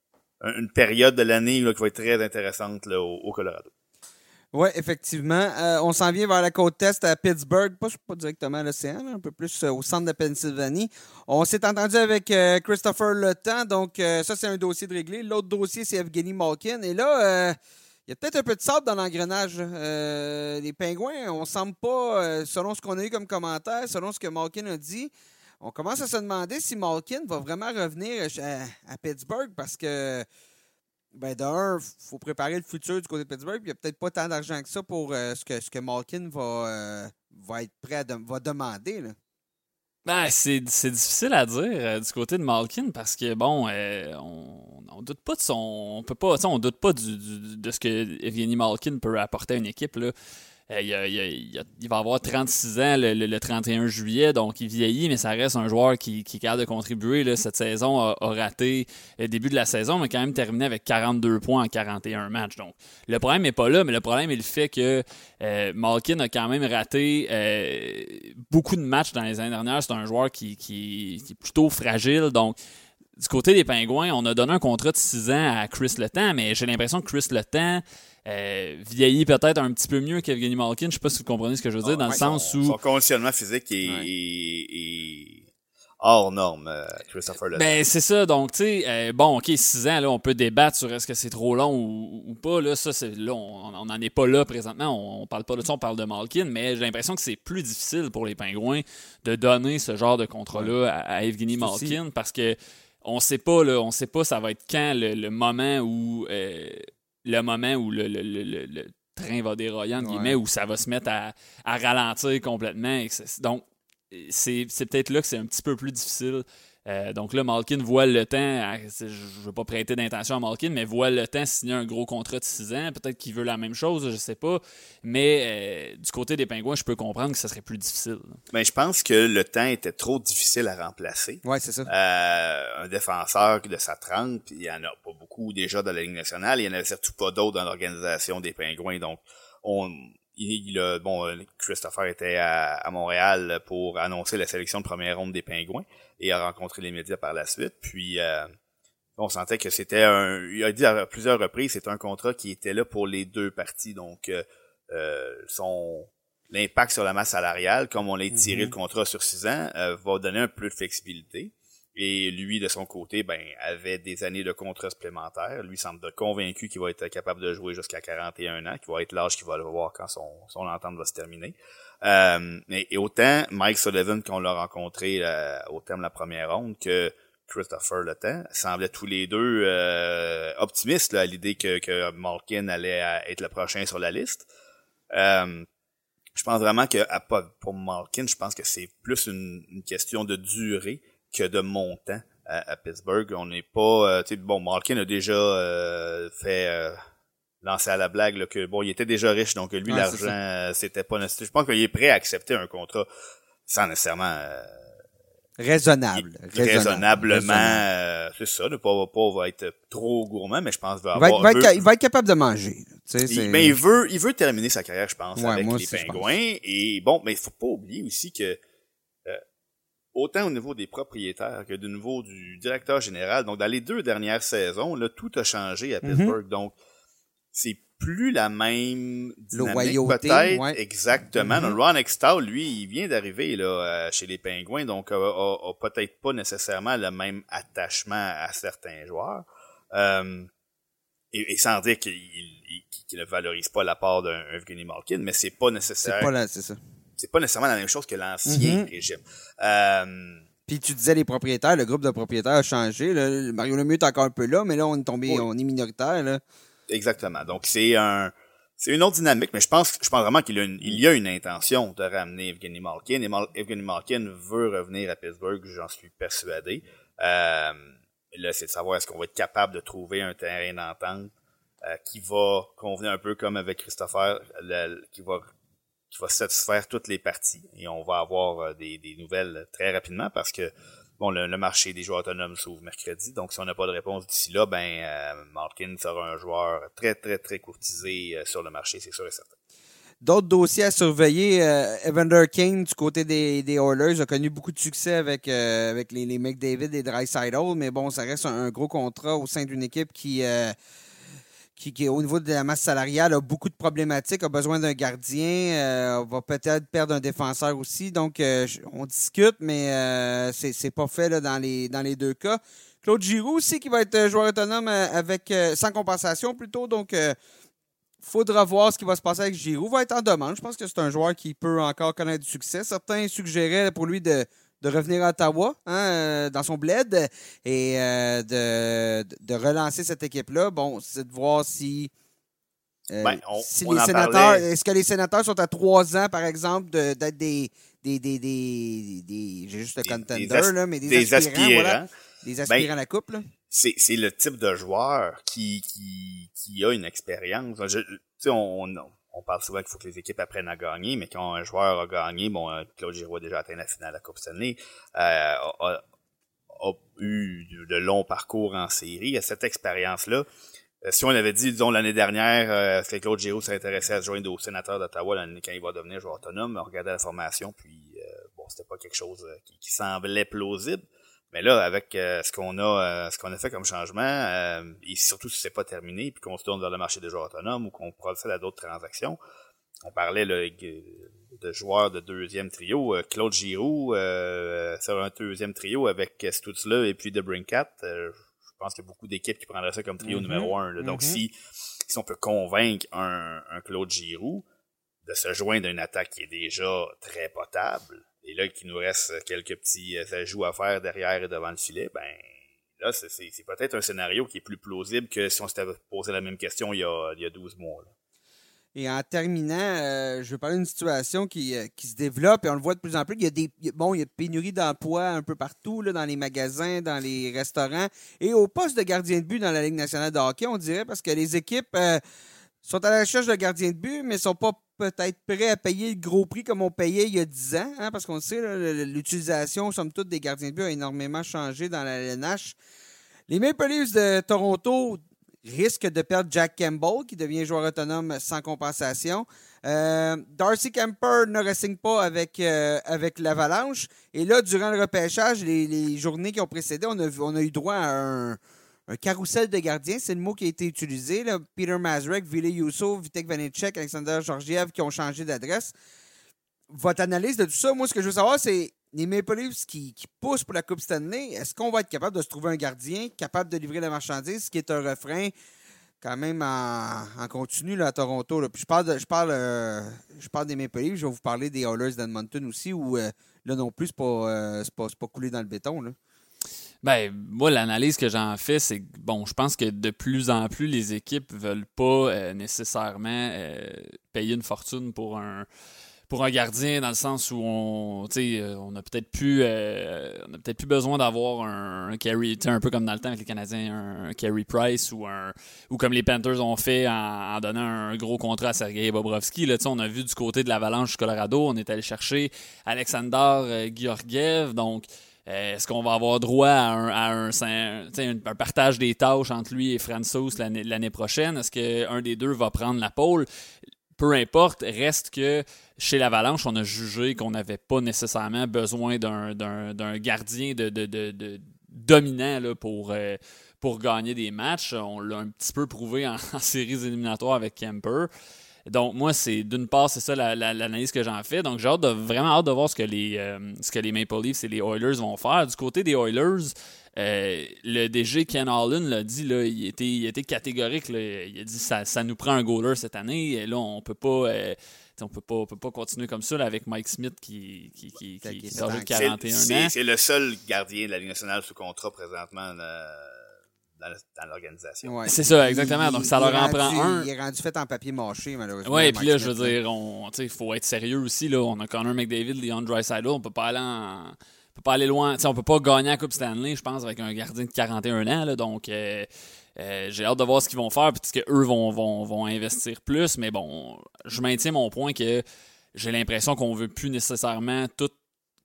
une période de l'année là, qui va être très intéressante là, au, au Colorado. Oui, effectivement. Euh, on s'en vient vers la côte est à Pittsburgh, pas, pas directement à l'océan, là, un peu plus euh, au centre de Pennsylvanie. On s'est entendu avec euh, Christopher Le Temps, donc euh, ça, c'est un dossier de réglé. L'autre dossier, c'est Evgeny Malkin. Et là, il euh, y a peut-être un peu de sable dans l'engrenage. Euh, les Pingouins, on semble pas, euh, selon ce qu'on a eu comme commentaire, selon ce que Malkin a dit, on commence à se demander si Malkin va vraiment revenir à, à Pittsburgh parce que ben d'un, il faut préparer le futur du côté de Pittsburgh. Il n'y a peut-être pas tant d'argent que ça pour euh, ce, que, ce que Malkin va, euh, va être prêt à de, va demander. Là. Ben, c'est, c'est difficile à dire euh, du côté de Malkin parce que bon, euh, on, on doute pas de son. On peut pas. On doute pas du, du, de ce que Evgeny Malkin peut apporter à une équipe. Là. Euh, il, a, il, a, il, a, il va avoir trente-six ans le, le, le trente et un juillet, donc il vieillit, mais ça reste un joueur qui, qui est capable de contribuer. Là, cette saison a, a raté le début de la saison, mais quand même terminé avec quarante-deux points en quarante et un matchs. Donc, le problème n'est pas là, mais le problème est le fait que euh, Malkin a quand même raté euh, beaucoup de matchs dans les années dernières. C'est un joueur qui, qui, qui est plutôt fragile, donc du côté des Pingouins, on a donné un contrat de six ans à Chris Letang, mais j'ai l'impression que Chris Letang euh, vieillit peut-être un petit peu mieux qu'Evgeny Malkin. Je ne sais pas si vous comprenez ce que je veux dire, dans ouais, le sens son, où... Son conditionnement physique est, ouais. est, est hors norme, euh, Christopher Letang. Ben, c'est ça. Donc, tu sais, euh, bon, OK, six ans, là, on peut débattre sur est-ce que c'est trop long ou, ou pas. Là, ça, c'est, là on n'en est pas là présentement. On, on parle pas de ça, on parle de Malkin, mais j'ai l'impression que c'est plus difficile pour les Pingouins de donner ce genre de contrat-là ouais. à, à Evgeny Malkin aussi. Parce que on sait pas, là, on sait pas ça va être quand le, le moment où euh, le moment où le, le, le, le, le train va dérailler, entre ouais. guillemets, où ça va se mettre à, à ralentir complètement. Donc, c'est, c'est peut-être là que c'est un petit peu plus difficile. Euh, donc là, Malkin voit le temps, je ne veux pas prêter d'intention à Malkin, mais voit le temps signer un gros contrat de six ans. Peut-être qu'il veut la même chose, je ne sais pas. Mais euh, du côté des Pingouins, je peux comprendre que ça serait plus difficile. Mais je pense que le temps était trop difficile à remplacer. Oui, c'est ça. Euh, un défenseur de sa trempe, il n'y en a pas beaucoup déjà dans la Ligue nationale. Il n'y en avait surtout pas d'autres dans l'organisation des Pingouins. Donc, on... Il, il a, bon, Christopher était à, à Montréal pour annoncer la sélection de première ronde des Pingouins et a rencontré les médias par la suite. Puis, euh, on sentait que c'était un... Il a dit à plusieurs reprises, c'est un contrat qui était là pour les deux parties. Donc, euh, son l'impact sur la masse salariale, comme on l'a tiré mm-hmm. le contrat sur six ans, euh, va donner un peu de flexibilité. Et lui, de son côté, ben, avait des années de contrat supplémentaires. Lui semble convaincu qu'il va être capable de jouer jusqu'à quarante et un ans, qu'il va être l'âge qu'il va le voir quand son, son entente va se terminer. Euh, et, et autant Mike Sullivan, qu'on l'a rencontré euh, au terme de la première ronde, que Christopher Letang, semblaient tous les deux euh, optimistes là, à l'idée que, que Malkin allait être le prochain sur la liste. Euh, je pense vraiment que à, pour Malkin, je pense que c'est plus une, une question de durée que de montant à, à Pittsburgh. On n'est pas... Euh, tu sais, bon, Malkin a déjà euh, fait euh, lancer à la blague là, que, bon, il était déjà riche, donc lui, ouais, l'argent, euh, c'était pas nécessaire. Je pense qu'il est prêt à accepter un contrat sans nécessairement... Euh, raisonnable. Il, raisonnable. Raisonnablement, euh, c'est ça, ne pas, pas va être trop gourmand, mais je pense qu'il va il va avoir... Être, va veut, être, il va être capable de manger. Tu sais, c'est... Il, mais il veut, il veut terminer sa carrière, je pense, ouais, avec les aussi, Pingouins. Et bon, mais il faut pas oublier aussi que autant au niveau des propriétaires que du niveau du directeur général. Donc, dans les deux dernières saisons, là, tout a changé à Pittsburgh. Mm-hmm. Donc, c'est plus la même dynamique, peut-être. Ouais. Exactement. Mm-hmm. Donc, Ron Hextall, lui, il vient d'arriver là chez les Pingouins, donc a, a, a peut-être pas nécessairement le même attachement à certains joueurs. Euh, et, et sans dire qu'il, il, qu'il ne valorise pas l'apport d'un Evgeny Malkin, mais c'est pas nécessaire. C'est pas là, c'est ça. C'est pas nécessairement la même chose que l'ancien mm-hmm. régime. Euh... Puis tu disais les propriétaires, le groupe de propriétaires a changé. Là. Mario Lemieux est encore un peu là, mais là, on est tombé, oui. on est minoritaire. Là. Exactement. Donc, c'est un c'est une autre dynamique, mais je pense je pense vraiment qu'il y a une, il y a une intention de ramener Evgeny Malkin. Et Mal, Evgeny Malkin veut revenir à Pittsburgh, j'en suis persuadé. Euh, là, c'est de savoir est-ce qu'on va être capable de trouver un terrain d'entente euh, qui va convenir un peu comme avec Christopher, le, qui va qui va satisfaire toutes les parties. Et on va avoir euh, des, des nouvelles très rapidement parce que bon, le, le marché des joueurs autonomes s'ouvre mercredi, donc si on n'a pas de réponse d'ici là, ben euh, Malkin sera un joueur très, très, très courtisé euh, sur le marché, c'est sûr et certain. D'autres dossiers à surveiller, euh, Evander Kane du côté des, des Oilers a connu beaucoup de succès avec, euh, avec les, les McDavid et Draisaitl, mais bon, ça reste un, un gros contrat au sein d'une équipe qui... Euh, Qui, qui, au niveau de la masse salariale, a beaucoup de problématiques, a besoin d'un gardien, euh, va peut-être perdre un défenseur aussi. Donc, euh, on discute, mais euh, c'est, c'est pas fait là, dans, les, dans les deux cas. Claude Giroux aussi, qui va être joueur autonome avec euh, sans compensation plutôt. Donc, il euh, faudra voir ce qui va se passer avec Giroux. Va être en demande. Je pense que c'est un joueur qui peut encore connaître du succès. Certains suggéraient pour lui de... de revenir à Ottawa, hein, dans son bled, et euh, de, de relancer cette équipe-là. Bon, c'est de voir si, euh, ben, on, si on les sénateurs... parlait... Est-ce que les sénateurs sont à trois ans, par exemple, de, d'être des... des, des, des, des j'ai juste le des, contender, des as, là, mais des, des aspirants, aspirants. voilà. Des aspirants ben, à la coupe, là. C'est, c'est le type de joueur qui, qui, qui a une expérience. Tu sais, on, on, on parle souvent qu'il faut que les équipes apprennent à gagner, mais quand un joueur a gagné, bon, Claude Giroux a déjà atteint la finale de la Coupe Stanley, euh, a, a eu de longs parcours en série. À cette expérience-là, si on avait dit, disons, l'année dernière, euh, que Claude Giroux s'intéressait à se joindre au sénateur d'Ottawa l'année quand il va devenir joueur autonome, on regardait la formation, puis euh, bon, c'était pas quelque chose qui, qui semblait plausible. Mais là, avec euh, ce qu'on a euh, ce qu'on a fait comme changement, euh, et surtout si c'est pas terminé, puis qu'on se tourne vers le marché des joueurs autonomes ou qu'on procède à d'autres transactions, on parlait là, de joueurs de deuxième trio. Euh, Claude Giroux, euh, c'est un deuxième trio avec Stützle et puis DeBrincat. Euh, je pense qu'il y a beaucoup d'équipes qui prendraient ça comme trio mm-hmm. numéro un. Là. Donc, mm-hmm. si, si on peut convaincre un, un Claude Giroux de se joindre à une attaque qui est déjà très potable, et là, qu'il nous reste quelques petits ajouts à faire derrière et devant le filet, ben là, c'est, c'est, c'est peut-être un scénario qui est plus plausible que si on s'était posé la même question il y a, il y a douze mois. Là. Et en terminant, euh, je veux parler d'une situation qui, euh, qui se développe et on le voit de plus en plus. Il y a des, bon, il y a pénurie d'emplois un peu partout, là, dans les magasins, dans les restaurants et au poste de gardien de but dans la Ligue nationale de hockey, on dirait, parce que les équipes euh, sont à la recherche de gardiens de but, mais ne sont pas peut-être prêts à payer le gros prix comme on payait il y a dix ans, hein, parce qu'on le sait, là, l'utilisation, somme toute, des gardiens de but a énormément changé dans la L N H. Les Maple Leafs de Toronto risquent de perdre Jack Campbell, qui devient joueur autonome sans compensation. Euh, Darcy Kemper ne re-signe pas avec, euh, avec l'Avalanche. Et là, durant le repêchage, les, les journées qui ont précédé, on a, on a eu droit à un... Un carrousel de gardiens, c'est le mot qui a été utilisé. Là. Peter Mazurek, Ville Youssou, Vitek Vanecek, Alexander Georgiev qui ont changé d'adresse. Votre analyse de tout ça, moi, ce que je veux savoir, c'est les Maple Leafs qui, qui poussent pour la Coupe Stanley. Est-ce qu'on va être capable de se trouver un gardien capable de livrer la marchandise, ce qui est un refrain quand même en, en continu là, à Toronto. Là. Puis je parle, de, je, parle, euh, je parle des Maple Leafs, je vais vous parler des Oilers d'Edmonton aussi, où euh, là non plus, c'est pas, euh, c'est pas, c'est pas coulé dans le béton. Là. Ben, moi, l'analyse que j'en fais, c'est que, bon, je pense que de plus en plus, les équipes veulent pas euh, nécessairement euh, payer une fortune pour un pour un gardien, dans le sens où on, tu sais, on a peut-être plus, euh, on a peut-être plus besoin d'avoir un, un carry, tu sais, un peu comme dans le temps avec les Canadiens, un, un Carey Price ou un, ou comme les Panthers ont fait en, en donnant un gros contrat à Sergei Bobrovsky. Là, tu sais, on a vu du côté de l'Avalanche du Colorado, on est allé chercher Alexander euh, Georgiev, donc. Est-ce qu'on va avoir droit à un, à un, un, un, un partage des tâches entre lui et Francouz l'année, l'année prochaine? Est-ce qu'un des deux va prendre la pôle? Peu importe, reste que chez l'Avalanche, on a jugé qu'on n'avait pas nécessairement besoin d'un, d'un, d'un gardien de, de, de, de dominant là, pour, euh, pour gagner des matchs. On l'a un petit peu prouvé en, en séries éliminatoires avec Kemper. Donc, moi, c'est d'une part, c'est ça la, la, l'analyse que j'en fais. Donc, j'ai hâte de, vraiment hâte de voir ce que, les, euh, ce que les Maple Leafs et les Oilers vont faire. Du côté des Oilers, euh, le D G Ken Holland l'a dit, là, il, était, il était catégorique. Là, il a dit ça, ça nous prend un goaler cette année. Et là, on peut pas... Euh, on peut pas, on peut pas continuer comme ça là, avec Mike Smith qui, qui, qui, qui, qui est âgé de quarante et un c'est, ans. C'est, c'est le seul gardien de la Ligue nationale sous contrat présentement là, dans, dans l'organisation. Ouais. C'est ça, exactement. Il, Donc, ça leur en rendu, prend un. Il est rendu fait en papier mâché, malheureusement. Oui, puis là, je veux dire, il faut être sérieux aussi. Là. On a Connor McDavid, Leon Draisaitl. On peut pas aller en... On peut pas aller loin. T'sais, on peut pas gagner la Coupe Stanley, je pense, avec un gardien de quarante et un ans. Là. Donc, euh, euh, j'ai hâte de voir ce qu'ils vont faire parce qu'eux vont, vont, vont investir plus. Mais bon, je maintiens mon point que j'ai l'impression qu'on veut plus nécessairement tout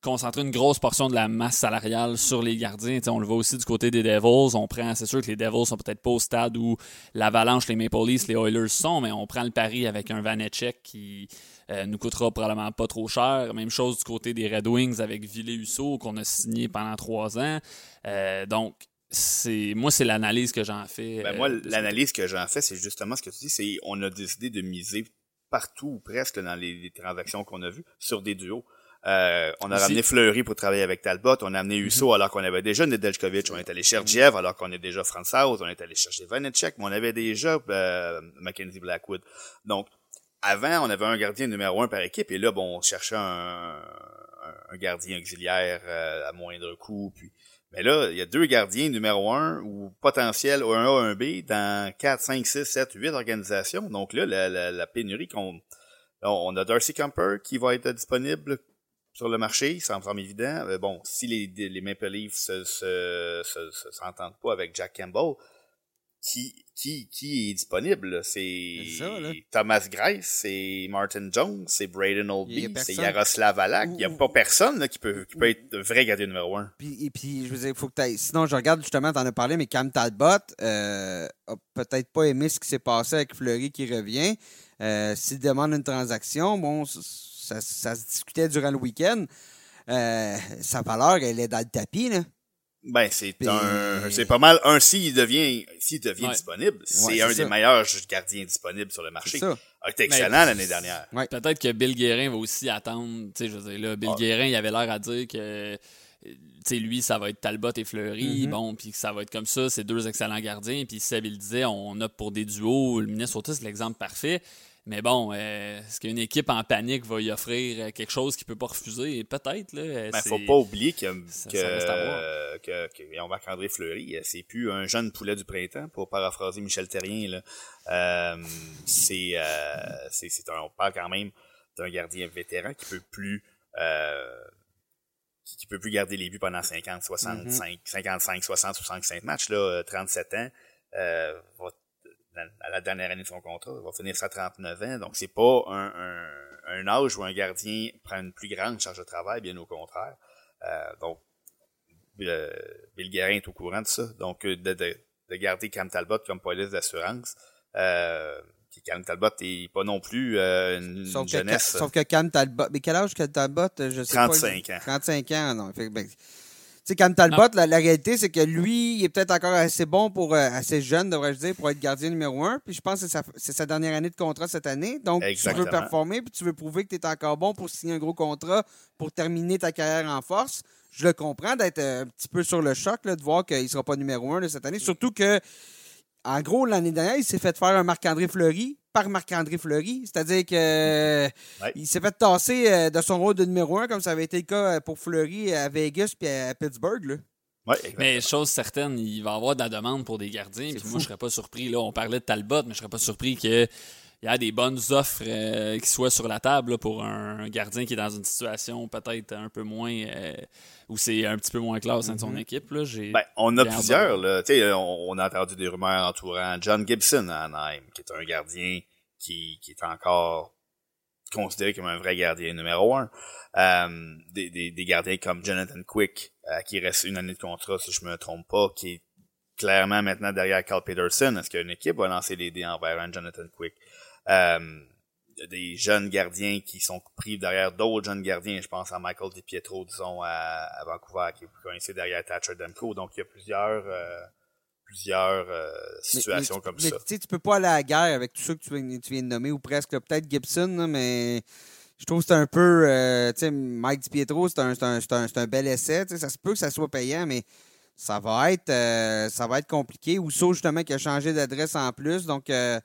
concentrer une grosse portion de la masse salariale sur les gardiens. T'sais, on le voit aussi du côté des Devils. On prend, c'est sûr que les Devils sont peut-être pas au stade où l'Avalanche, les Maple Leafs, les Oilers sont, mais on prend le pari avec un Vanecek qui euh, nous coûtera probablement pas trop cher. Même chose du côté des Red Wings avec Ville-Husso qu'on a signé pendant trois ans. Euh, donc, c'est moi, c'est l'analyse que j'en fais. Ben euh, moi, l'analyse que j'en fais, c'est justement ce que tu dis, c'est on a décidé de miser partout ou presque dans les, les transactions qu'on a vues sur des duos. Euh, on a Aussi. ramené Fleury pour travailler avec Talbot, on a amené Husso mm-hmm. alors qu'on avait déjà Nedeljkovic, on est allé chercher Jeff alors qu'on est déjà Francouz, on est allé chercher Vanecek, mais on avait déjà euh, Mackenzie Blackwood. Donc, avant, on avait un gardien numéro un par équipe, et là, bon, on cherchait un, un, un gardien auxiliaire euh, à moindre coût, puis mais là, il y a deux gardiens numéro un ou potentiel un A, un B dans quatre, cinq, six, sept, huit organisations. Donc là, la, la, la pénurie qu'on... On a Darcy Kuemper qui va être disponible sur le marché, ça me semble évident. Mais bon, si les, les Maple Leafs se, se, se, se, s'entendent pas avec Jack Campbell, qui, qui, qui est disponible? C'est, c'est ça, Thomas Greiss, c'est Martin Jones, c'est Braden Oldby, c'est Yaroslav Alak. Il n'y a pas personne là, qui, peut, qui peut être le vrai gardien numéro un. Puis, et puis, je veux dire, il faut que tu sinon, je regarde justement, tu en as parlé, mais Cam Talbot euh, a peut-être pas aimé ce qui s'est passé avec Fleury qui revient. Euh, s'il demande une transaction, bon, ça, ça se discutait durant le week-end. Euh, sa valeur, elle est dans le tapis, là. Ben, c'est Puis... un, c'est pas mal un, s'il devient, s'il devient ouais. disponible, c'est, ouais, c'est un ça. des meilleurs gardiens disponibles sur le marché. C'est ça. Il était excellent Mais, l'année dernière. Ouais. Peut-être que Bill Guérin va aussi attendre, tu sais, je veux dire, là, Bill ah. Guérin, il avait l'air à dire que, tu sais, lui, ça va être Talbot et Fleury, mm-hmm. bon, puis que ça va être comme ça, c'est deux excellents gardiens, puis Seb, il disait, on opte pour des duos, le Minnesota, c'est l'exemple parfait. Mais bon, euh, est-ce qu'une équipe en panique va y offrir quelque chose qu'il peut pas refuser? Peut-être, là. Ben, faut pas oublier que, ça, que, ça euh, que, que, on va André Fleury, c'est plus un jeune poulet du printemps, pour paraphraser Michel Therrien, là. Euh, c'est, euh, c'est, c'est un, on parle quand même d'un gardien vétéran qui peut plus, euh, qui, qui peut plus garder les buts pendant cinquante, soixante-cinq, mm-hmm. cinquante-cinq, soixante, soixante-cinq matchs, là, trente-sept ans, euh, va à la dernière année de son contrat, il va finir ça à trente-neuf ans, donc c'est pas un, un, un âge où un gardien prend une plus grande charge de travail, bien au contraire. Euh, donc, euh, Bill Guérin est au courant de ça, donc de, de, de garder Cam Talbot comme police d'assurance, euh, qui Cam Talbot est pas non plus euh, une, sauf une jeunesse. Que, sauf que Cam Talbot, mais quel âge Cam Talbot, je sais trente-cinq pas. ans. trente-cinq ans, non. Fait, ben, tu sais, Cam Talbot, la, la réalité, c'est que lui, il est peut-être encore assez bon pour, euh, assez jeune, devrais-je dire, pour être gardien numéro un. Puis je pense que c'est sa, c'est sa dernière année de contrat cette année. Donc, exactement. Tu veux performer, puis tu veux prouver que tu es encore bon pour signer un gros contrat, pour terminer ta carrière en force. Je le comprends d'être un petit peu sur le choc, là, de voir qu'il ne sera pas numéro un de cette année. Surtout que, en gros, l'année dernière, il s'est fait faire un Marc-André Fleury par Marc-André Fleury. C'est-à-dire que ouais. il s'est fait tasser de son rôle de numéro un, comme ça avait été le cas pour Fleury à Vegas puis à Pittsburgh. Là. Ouais, mais chose certaine, il va y avoir de la demande pour des gardiens. Puis moi, je serais pas surpris. Là, on parlait de Talbot, mais je serais pas surpris qu'il y a des bonnes offres euh, qui soient sur la table là, pour un gardien qui est dans une situation peut-être un peu moins... Euh, où c'est un petit peu moins classe mm-hmm. de son équipe. Là. J'ai ben, on a plusieurs. Là. On, on a entendu des rumeurs entourant John Gibson à Anaheim, qui est un gardien qui, qui est encore considéré comme un vrai gardien numéro un. Euh, des, des, des gardiens comme Jonathan Quick, euh, qui reste une année de contrat, si je me trompe pas, qui est clairement maintenant derrière Carl Peterson. Est-ce qu'une équipe va lancer les dés envers un Jonathan Quick? Euh, des jeunes gardiens qui sont pris derrière d'autres jeunes gardiens. Je pense à Michael DiPietro, disons, à, à Vancouver, qui est coincé derrière Thatcher Demko. Donc, il y a plusieurs, euh, plusieurs euh, situations mais, mais, comme mais, ça. Tu sais, tu peux pas aller à la guerre avec tout ça que tu viens, tu viens de nommer, ou presque. Là, peut-être Gibson, là, mais je trouve que c'est un peu... Euh, tu sais, Mike DiPietro, c'est un, c'est un, c'est un, c'est un bel essai. Tu sais, ça se peut que ça soit payant, mais ça va être, euh, ça va être compliqué. Ousso, justement, qui a changé d'adresse en plus. Donc... Euh,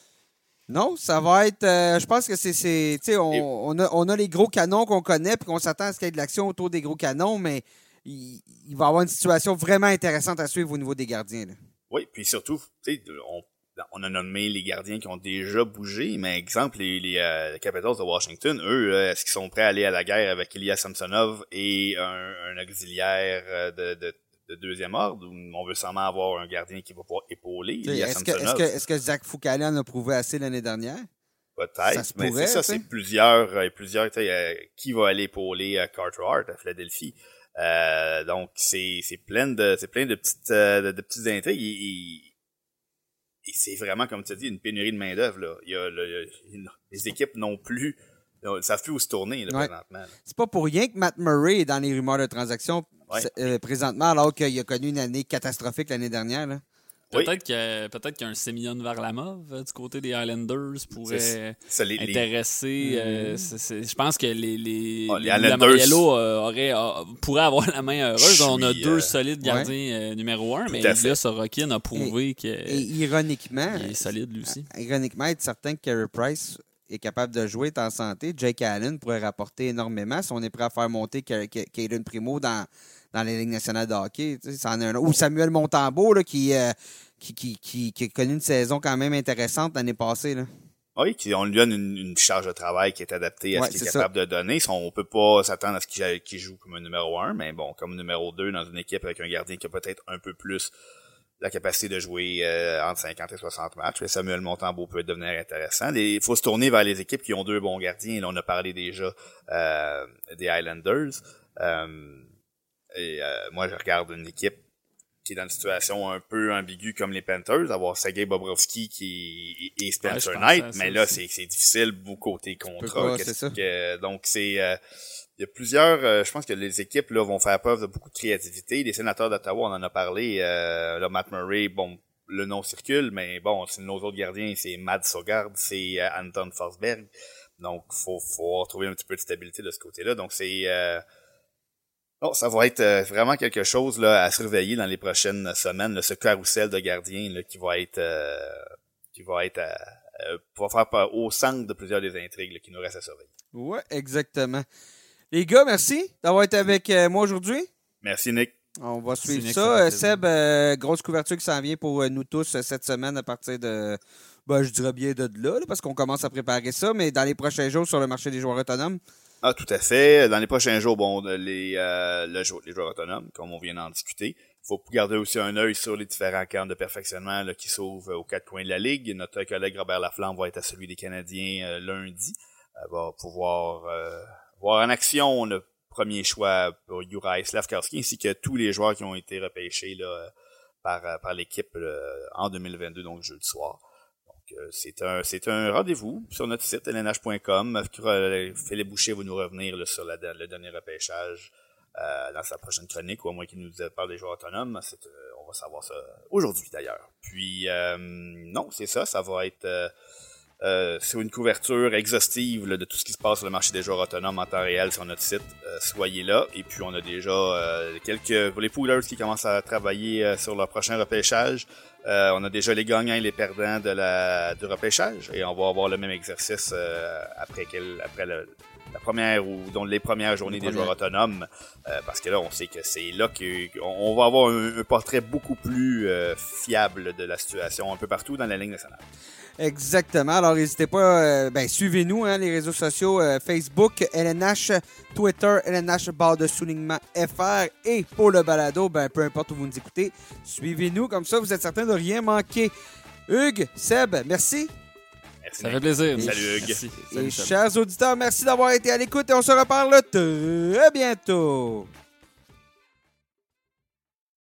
non, ça va être... Euh, je pense que c'est... c'est tu sais, on, on, a, on a les gros canons qu'on connaît puis qu'on s'attend à ce qu'il y ait de l'action autour des gros canons, mais il, il va y avoir une situation vraiment intéressante à suivre au niveau des gardiens. Là. Oui, puis surtout, tu sais, on, on a nommé les gardiens qui ont déjà bougé, mais exemple, les, les, euh, les Capitals de Washington, eux, là, est-ce qu'ils sont prêts à aller à la guerre avec Ilya Samsonov et un, un auxiliaire de... de de deuxième ordre, où on veut seulement avoir un gardien qui va pouvoir épauler. Est-ce que, est-ce, que, est-ce que Zach Foucault en a prouvé assez l'année dernière? peut-être. Ça se mais pourrait, c'est ça, t'sais. c'est plusieurs, euh, plusieurs, euh, qui va aller pour les euh, Carter Hart à Philadelphie. Euh, donc c'est c'est plein de c'est plein de petites euh, de, de petites intrigues. Et, et, et c'est vraiment, comme tu as dit, une pénurie de main d'œuvre là. Il y a le, il, les équipes non plus. Ils savent plus où se tourner là, ouais. présentement. Là. C'est pas pour rien que Matt Murray est dans les rumeurs de transaction ouais. euh, présentement, alors qu'il a connu une année catastrophique l'année dernière. Là. Peut-être oui. que peut-être qu'un Semyon Varlamov euh, du côté des Islanders pourrait c'est, c'est les, intéresser. Les... Euh, c'est, c'est, je pense que les les, oh, les, les Islanders euh, auraient euh, pourraient avoir la main heureuse. On a deux euh... solides gardiens ouais. euh, numéro un, mais Ilya Sorokin a prouvé qu'il est solide lui aussi. Ironiquement, être certain que Carey Price est capable de jouer, est en santé. Jake Allen pourrait rapporter énormément si on est prêt à faire monter Caden Primo dans dans la Ligue nationale de hockey. Ça en est un... Ou Samuel Montembeault là, qui, euh, qui, qui, qui, qui a connu une saison quand même intéressante l'année passée. Là. Oui, on lui donne une, une charge de travail qui est adaptée à ouais, ce qu'il est, est capable ça. de donner. On peut pas s'attendre à ce qu'il, qu'il joue comme un numéro un, mais bon, comme numéro deux dans une équipe avec un gardien qui a peut-être un peu plus la capacité de jouer euh, entre cinquante et soixante matchs. Et Samuel Montembeault peut devenir intéressant. Il faut se tourner vers les équipes qui ont deux bons gardiens. Là, on a parlé déjà euh, des Islanders. Euh, Et euh, moi, je regarde une équipe qui est dans une situation un peu ambiguë comme les Panthers, avoir Sergei Bobrovsky qui et Spencer ouais, Knight, mais là, c'est, c'est difficile beaucoup côté contrat. Pas, c'est ça. Que, donc, c'est... Euh, il y a plusieurs... Euh, je pense que les équipes là vont faire preuve de beaucoup de créativité. Les Sénateurs d'Ottawa, on en a parlé. Euh, là, Matt Murray, bon, le nom circule, mais bon, c'est nos autres gardiens, c'est Mads Søgaard, c'est euh, Anton Forsberg. Donc, faut, faut retrouver un petit peu de stabilité de ce côté-là. Donc, c'est... Euh, Oh, ça va être euh, vraiment quelque chose là à surveiller dans les prochaines semaines, là, ce carrousel de gardiens là, qui va être euh, qui va être euh, va faire pas, au centre de plusieurs des intrigues là, qui nous restent à surveiller. Ouais, exactement. Les gars, merci d'avoir été avec euh, moi aujourd'hui. Merci Nick. On va suivre ça. Euh, Seb, euh, grosse couverture qui s'en vient pour euh, nous tous euh, cette semaine à partir de, ben, je dirais bien de là, là, parce qu'on commence à préparer ça, mais dans les prochains jours sur le marché des joueurs autonomes. Ah, tout à fait. Dans les prochains jours, bon, les, euh, le, les joueurs autonomes, comme on vient d'en discuter. Il faut garder aussi un œil sur les différents camps de perfectionnement là, qui s'ouvrent aux quatre coins de la Ligue. Notre collègue Robert Laflamme va être à celui des Canadiens euh, lundi. Elle va pouvoir euh, voir en action le premier choix pour Juraj Slafkovský ainsi que tous les joueurs qui ont été repêchés là, par, par l'équipe là, en deux mille vingt-deux, donc jeudi soir. C'est un, c'est un rendez-vous sur notre site L N H point com. Philippe Boucher va nous revenir là, sur la, le dernier repêchage euh, dans sa prochaine chronique, ou à moins qu'il nous parle des joueurs autonomes. C'est, euh, on va savoir ça aujourd'hui d'ailleurs. Puis euh, non, c'est ça, ça va être euh, euh, c'est une couverture exhaustive là, de tout ce qui se passe sur le marché des joueurs autonomes en temps réel sur notre site. Euh, soyez là. Et puis on a déjà euh, quelques pour les poolers qui commencent à travailler euh, sur leur prochain repêchage. Euh, on a déjà les gagnants et les perdants de la du repêchage et on va avoir le même exercice euh, après quel, après le, la première ou donc les premières journées les des joueurs autonomes euh, parce que là on sait que c'est là qu'on va avoir un, un portrait beaucoup plus euh, fiable de la situation un peu partout dans la Ligue nationale. Exactement. Alors, n'hésitez pas, euh, ben, suivez-nous, hein, les réseaux sociaux, euh, Facebook, L N H, Twitter, L N H, barre de soulignement F R. Et pour le balado, ben, peu importe où vous nous écoutez, suivez-nous. Comme ça, vous êtes certain de rien manquer. Hugues, Seb, merci. Merci. Ça fait plaisir. Et salut Hugues. Merci. Et Salut, chers auditeurs, merci d'avoir été à l'écoute et on se reparle très bientôt.